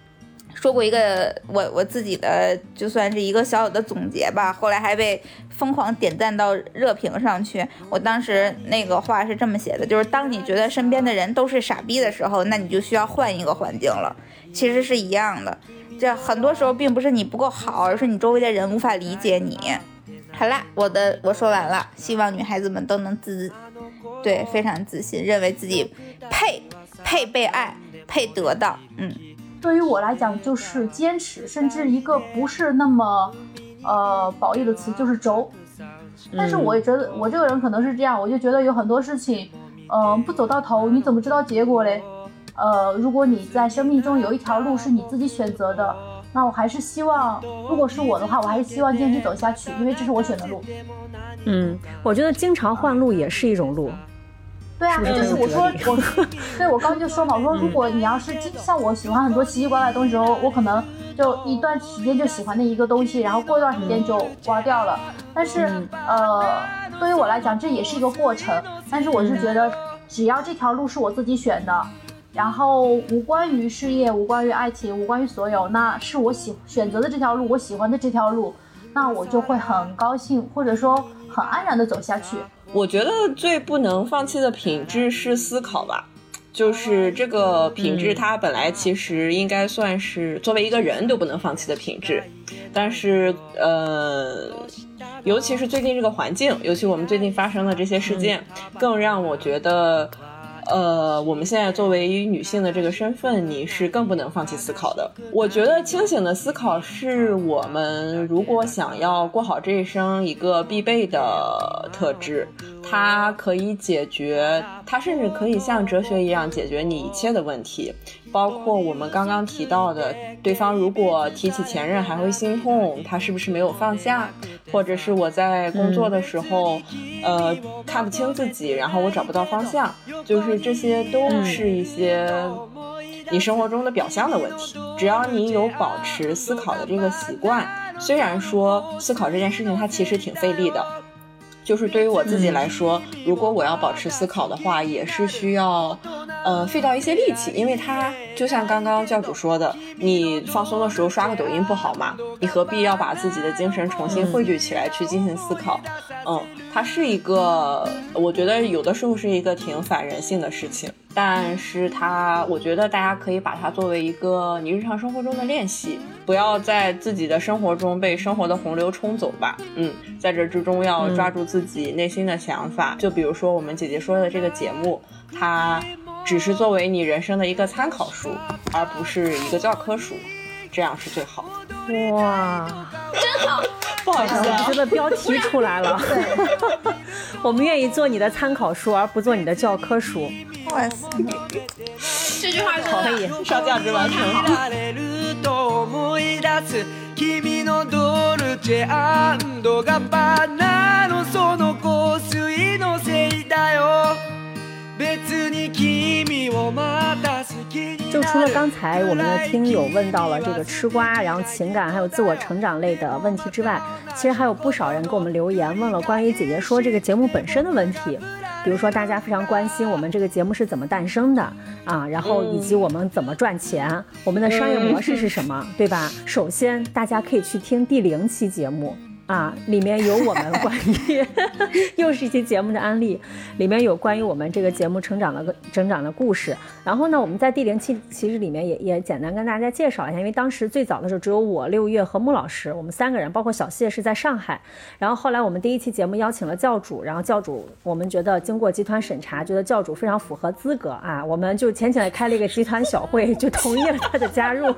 我自己的就算是一个小小的总结吧，后来还被疯狂点赞到热评上去。我当时那个话是这么写的，就是当你觉得身边的人都是傻逼的时候，那你就需要换一个环境了。其实是一样的，这很多时候并不是你不够好，而是你周围的人无法理解你。好啦，我说完了，希望女孩子们都能非常自信，认为自己配被爱，配得到。 对于我来讲就是坚持，甚至一个不是那么褒义的词就是轴。但是我也觉得我这个人可能是这样，我就觉得有很多事情不走到头你怎么知道结果嘞？如果你在生命中有一条路是你自己选择的，那我还是希望，如果是我的话，我还是希望坚持走下去，因为这是我选的路。 我觉得经常换路也是一种路。 对啊，就是我刚就说嘛，我说如果你要是像我喜欢很多奇奇怪怪的东西的时候，我可能就一段时间就喜欢的一个东西，然后过一段时间就刮掉了。但是对于我来讲这也是一个过程，但是我是觉得只要这条路是我自己选的，然后无关于事业，无关于爱情，无关于所有，那是我选择的这条路，我喜欢的这条路，那我就会很高兴，或者说很安然的走下去。 我觉得最不能放弃的品质是思考吧，就是这个品质它本来其实应该算是作为一个人都不能放弃的品质，但是尤其是最近这个环境，尤其我们最近发生的这些事件，更让我觉得我们现在作为女性的这个身份，你是更不能放弃思考的。我觉得清醒的思考是我们如果想要过好这一生一个必备的特质，它可以解决，它甚至可以像哲学一样解决你一切的问题，包括我们刚刚提到的，对方如果提起前任还会心痛，他是不是没有放下，或者是我在工作的时候看不清自己，然后我找不到方向，就是这些都是一些你生活中的表象的问题。只要你有保持思考的这个习惯，虽然说思考这件事情它其实挺费力的，就是对于我自己来说，如果我要保持思考的话，也是需要费到一些力气，因为它就像刚刚教主说的，你放松的时候刷个抖音不好吗？你何必要把自己的精神重新汇聚起来去进行思考？它是一个，我觉得有的时候是一个挺反人性的事情，但是我觉得大家可以把它作为一个你日常生活中的练习，不要在自己的生活中被生活的洪流冲走吧。在这之中要抓住自己内心的想法，就比如说我们姐姐说的这个节目，它只是作为你人生的一个参考书，而不是一个教科书，这样是最好的。 哇， 真好， 不好意思我觉得标题出来了。我们愿意做你的参考书，而不做你的教科书。 哇塞， 这句话可以上价值完成。 就除了刚才我们的听友问到了这个吃瓜，然后情感还有自我成长类的问题之外，其实还有不少人给我们留言问了关于姐姐说这个节目本身的问题，比如说大家非常关心我们这个节目是怎么诞生的啊，然后以及我们怎么赚钱，我们的商业模式是什么，对吧？首先大家可以去听第0期节目啊，里面有我们关于又是一期节目的案例，里面有关于我们这个节目成长的故事。然后呢，我们在第0期其实里面也简单跟大家介绍一下，因为当时最早的时候只有我、6月和穆老师，我们3个人，包括小谢是在上海。然后后来我们第1期节目邀请了教主，然后教主我们觉得经过集团审查，觉得教主非常符合资格啊，我们就浅浅的开了一个集团小会，就同意了他的加入。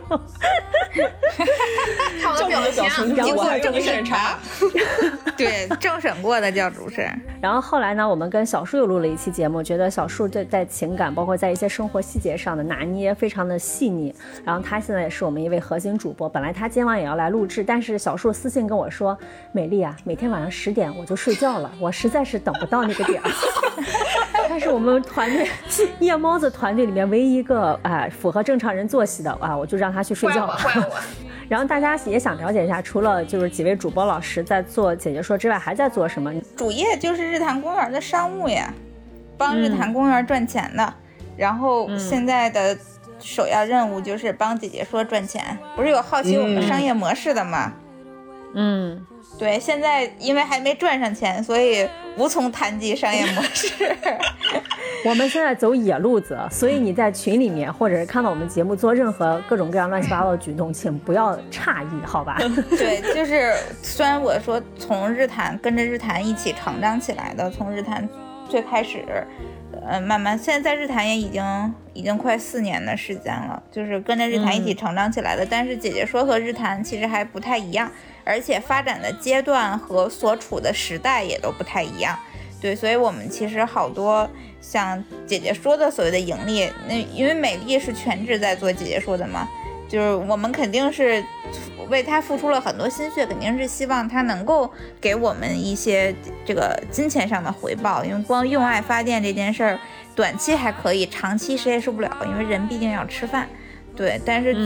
看我的表情， 经过政审查。 对，政审过的教主是。 然后后来呢，我们跟小树又录了一期节目，觉得小树在情感包括在一些生活细节上的拿捏非常的细腻，然后他现在也是我们一位核心主播，本来他今晚也要来录制，但是小树私信跟我说，美丽啊，每天晚上10点我就睡觉了，我实在是等不到那个点儿。他是我们团队夜猫子团队里面唯一一个符合正常人作息的啊，我就让他去睡觉了。 怪我。 然后大家也想了解一下，除了就是几位主播老师在做姐姐说之外，还在做什么？ 主业就是日坛公园的商务呀，帮日坛公园赚钱的。然后现在的首要任务就是帮姐姐说赚钱。不是有好奇我们商业模式的吗？对，现在因为还没赚上钱，所以无从谈及商业模式。 我们现在走野路子，所以你在群里面或者是看到我们节目做任何各种各样乱七八糟的举动，请不要诧异，好吧？ 对，就是虽然我说从日坛跟着日坛一起成长起来的，从日坛最开始慢慢现在在日坛也已经快4年的时间了，就是跟着日坛一起成长起来的。但是姐姐说和日坛其实还不太一样，而且发展的阶段和所处的时代也都不太一样。对，所以我们其实好多像姐姐说的所谓的盈利，那因为美丽是全职在做姐姐说的嘛，就是我们肯定是为她付出了很多心血，肯定是希望她能够给我们一些这个金钱上的回报，因为光用爱发电这件事儿，短期还可以，长期谁也受不了，因为人毕竟要吃饭。对，但是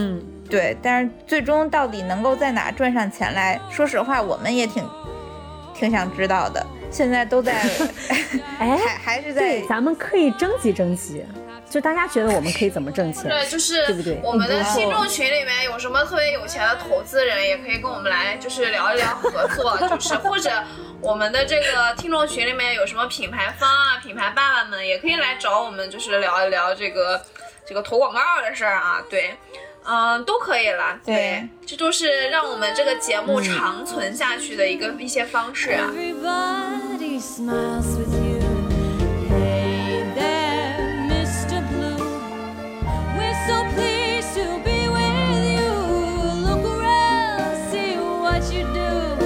对，但是最终到底能够在哪赚上钱来，说实话我们也挺想知道的。现在都在还是在， 对，咱们可以征集，就大家觉得我们可以怎么挣钱？ 对，就是对不对？ 我们的听众群里面有什么特别有钱的投资人，也可以跟我们来就是聊一聊合作，就是或者我们的这个听众群里面有什么品牌方啊、品牌爸爸们，也可以来找我们，就是聊一聊这个投广告的事儿啊，对。都可以了，对，这都是让我们这个节目长存下去的一些方式啊。 Everybody smiles with you. Hey there, Mr. Blue. We're so pleased to be with you. Look around, see what you do.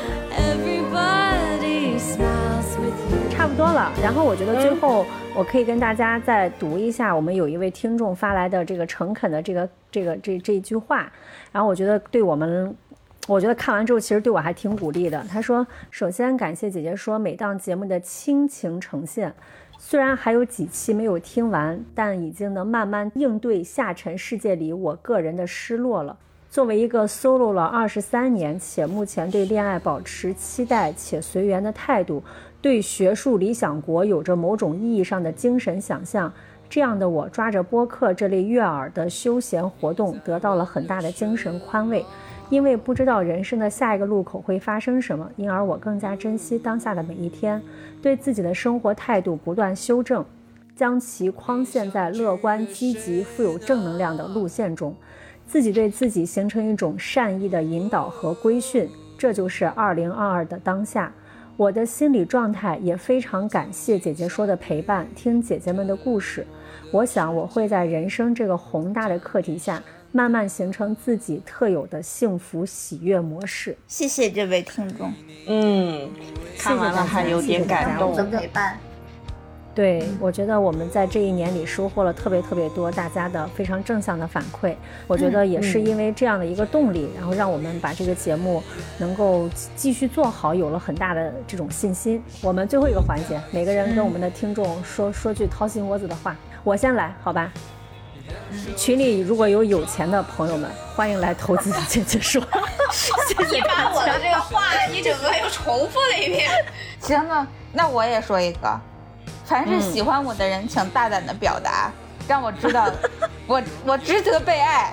Everybody smiles with you. 差不多了，然后我觉得最后我可以跟大家再读一下我们有一位听众发来的这个诚恳的这一句话，然后我觉得看完之后其实对我还挺鼓励的。他说，首先感谢姐姐说每档节目的倾情呈现，虽然还有几期没有听完，但已经能慢慢应对下沉世界里我个人的失落了。作为一个 solo 了23年且目前对恋爱保持期待且随缘的态度，对学术理想国有着某种意义上的精神想象，这样的我抓着播客这类悦耳的休闲活动得到了很大的精神宽慰。因为不知道人生的下一个路口会发生什么，因而我更加珍惜当下的每一天，对自己的生活态度不断修正，将其框限在乐观积极富有正能量的路线中，自己对自己形成一种善意的引导和规训，这就是2022的当下。我的心理状态也非常感谢姐姐说的陪伴，听姐姐们的故事。我想我会在人生这个宏大的课题下，慢慢形成自己特有的幸福喜悦模式。 谢谢这位听众。 看完了还有点感动。 陪伴。 对，我觉得我们在这一年里收获了特别多大家的非常正向的反馈，我觉得也是因为这样的一个动力，然后让我们把这个节目能够继续做好有了很大的这种信心。我们最后一个环节，每个人跟我们的听众说句掏心窝子的话，我先来好吧。群里如果有钱的朋友们，欢迎来投资姐姐说。 你把我的这个话一整个又重复了一遍。 行了，那我也说一个，凡是喜欢我的人，请大胆的表达，让我知道我值得被爱。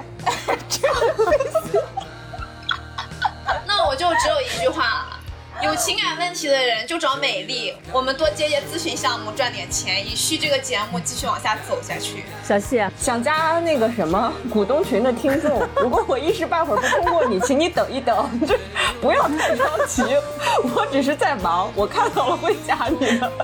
那我就只有一句话了，有情感问题的人就找美丽，我们多接咨询项目赚点钱，以续这个节目继续往下走下去。 小谢想加那个什么股东群的听众，如果我一时半会儿不通过你，请你等一等，就不要太着急，我只是在忙，我看到了会加你的。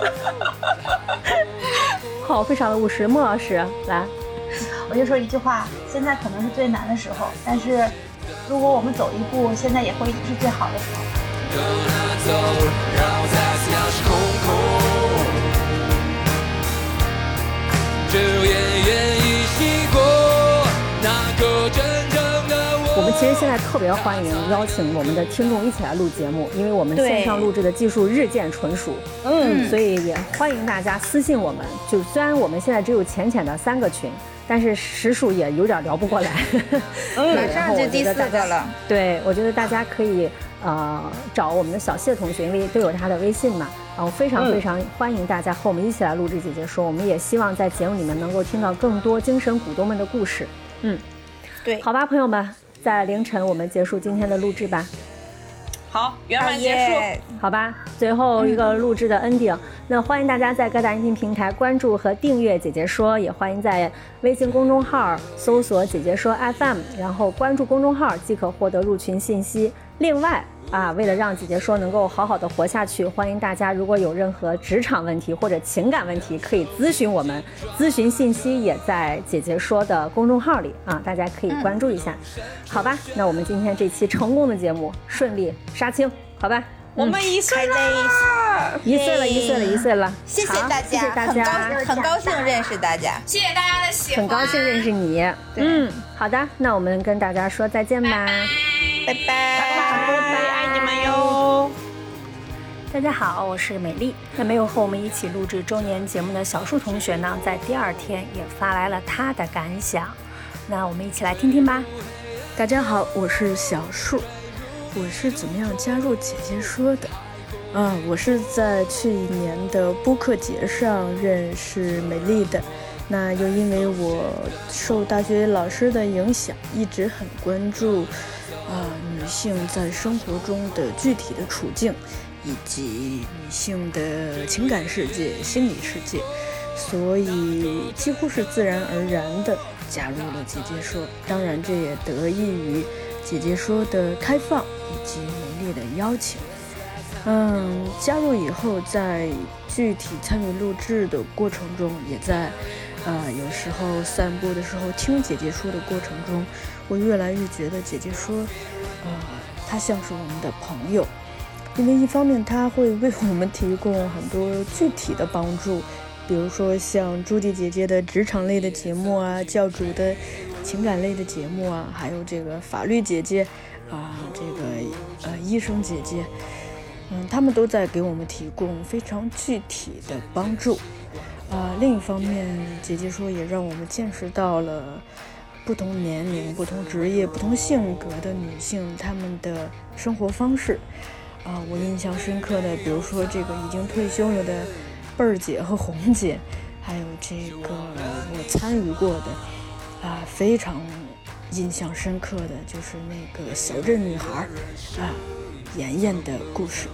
好，非常的务实。莫老师来， 我就说一句话，现在可能是最难的时候，但是如果我们走一步，现在也会是最好的时候。 跟他走，让我再次要是空空，只有奄奄一息过那个真正的我。 我们其实现在特别欢迎邀请我们的听众一起来录节目，因为我们线上录制的技术日渐纯熟，所以也欢迎大家私信我们。就虽然我们现在只有浅的3个群，但是时数也有点聊不过来。 马上就第4个了。 对，我觉得大家可以找我们的小谢同学，因为都有他的微信嘛。然后非常欢迎大家和我们一起来录制姐姐说，我们也希望在节目里面能够听到更多精神股东们的故事。 对， 好吧，朋友们，在凌晨我们结束今天的录制吧。 好，圆满结束。 好吧，最后一个录制的 ending。那欢迎大家在各大音频平台关注和订阅姐姐说，也欢迎在微信公众号搜索姐姐说 FM， 然后关注公众号即可获得入群信息。另外为了让姐姐说能够好好的活下去，欢迎大家如果有任何职场问题或者情感问题，可以咨询我们，咨询信息也在姐姐说的公众号里大家可以关注一下。好吧，那我们今天这期成功的节目顺利杀青，好吧， 我们1岁了 ，1岁了， 谢谢大家， 谢谢大家， 很高兴认识大家， 谢谢大家的喜欢， 很高兴认识你。好的，那我们跟大家说再见吧， 拜拜， 爱你们哟。 大家好，我是美丽。那没有和我们一起录制周年节目的小树同学呢，在第2天也发来了他的感想，那我们一起来听听吧。 大家好，我是小树。我是怎么样加入姐姐说的？我是在去年的播客节上认识美丽的。那又因为我受大学老师的影响，一直很关注女性在生活中的具体的处境，以及女性的情感世界、心理世界，所以几乎是自然而然的加入了姐姐说。当然，这也得益于姐姐说的开放以及美丽的邀请。加入以后，在具体参与录制的过程中，也在有时候散步的时候听姐姐说的过程中，我越来越觉得姐姐说她像是我们的朋友。因为一方面她会为我们提供很多具体的帮助，比如说像朱迪姐姐的职场类的节目啊，教主的情感类的节目啊，还有这个法律姐姐这个医生姐姐，他们都在给我们提供非常具体的帮助。另一方面，姐姐说也让我们见识到了不同年龄、不同职业、不同性格的女性她们的生活方式。我印象深刻的，比如说这个已经退休了的贝儿姐和红姐，还有这个我参与过的非常印象深刻的就是那个小镇女孩妍妍的故事。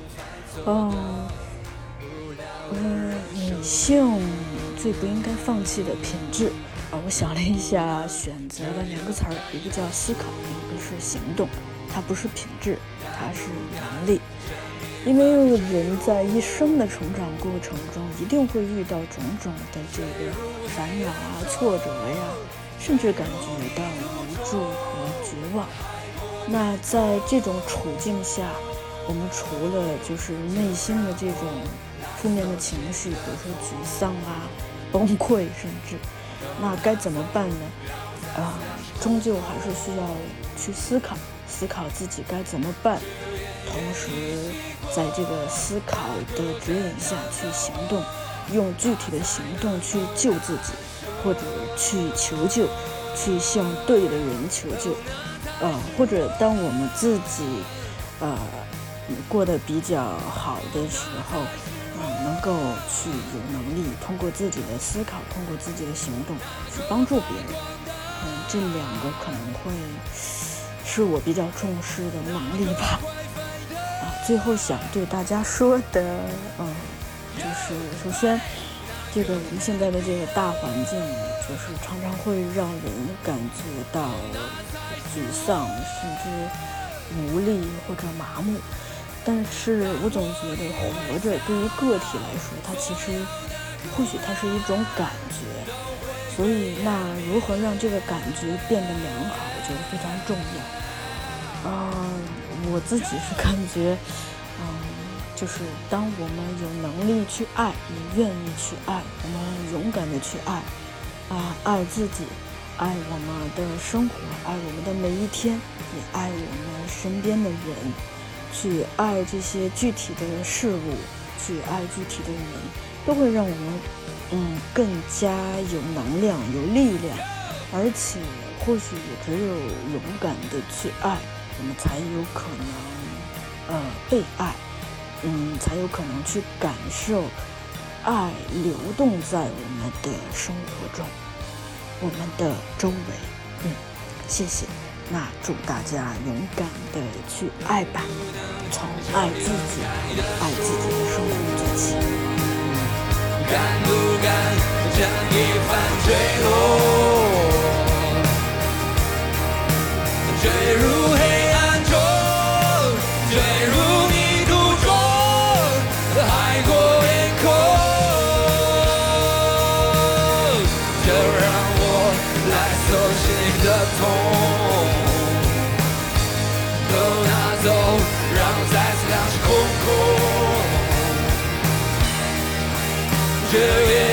女性最不应该放弃的品质我想了一下，选择了2个词儿，一个叫思考，一个是行动。它不是品质，它是能力。因为人在一生的成长过程中，一定会遇到种种的这个烦恼挫折呀，甚至感觉到无助和绝望。那在这种处境下，我们除了就是内心的这种负面的情绪，比如说沮丧崩溃，甚至那该怎么办呢？终究还是需要去思考自己该怎么办，同时在这个思考的指引下去行动，用具体的行动去救自己，或者去求救，去向对的人求救。或者当我们自己过得比较好的时候，能够去有能力通过自己的思考，通过自己的行动去帮助别人。这2个可能会是我比较重视的能力吧。最后想对大家说的，就是首先，这个我们现在的这个大环境，就是常常会让人感觉到沮丧，甚至无力或者麻木。但是我总觉得活着对于个体来说，它其实或许它是一种感觉，所以那如何让这个感觉变得良好，我觉得非常重要。我自己是感觉，就是当我们有能力去爱，也愿意去爱，我们勇敢的去爱，爱自己，爱我们的生活，爱我们的每一天，也爱我们身边的人。去爱这些具体的事物，去爱具体的人，都会让我们更加有能量、有力量，而且或许也只有勇敢的去爱，我们才有可能被爱，才有可能去感受爱流动在我们的生活中，我们的周围。谢谢。那祝大家勇敢的去爱吧，从爱自己、爱自己的生活做起。敢不敢将一番坠落，坠入黑暗中，坠入泥土中，海阔天空，就让我来搜寻你的痛。走，让我再次亮起空空。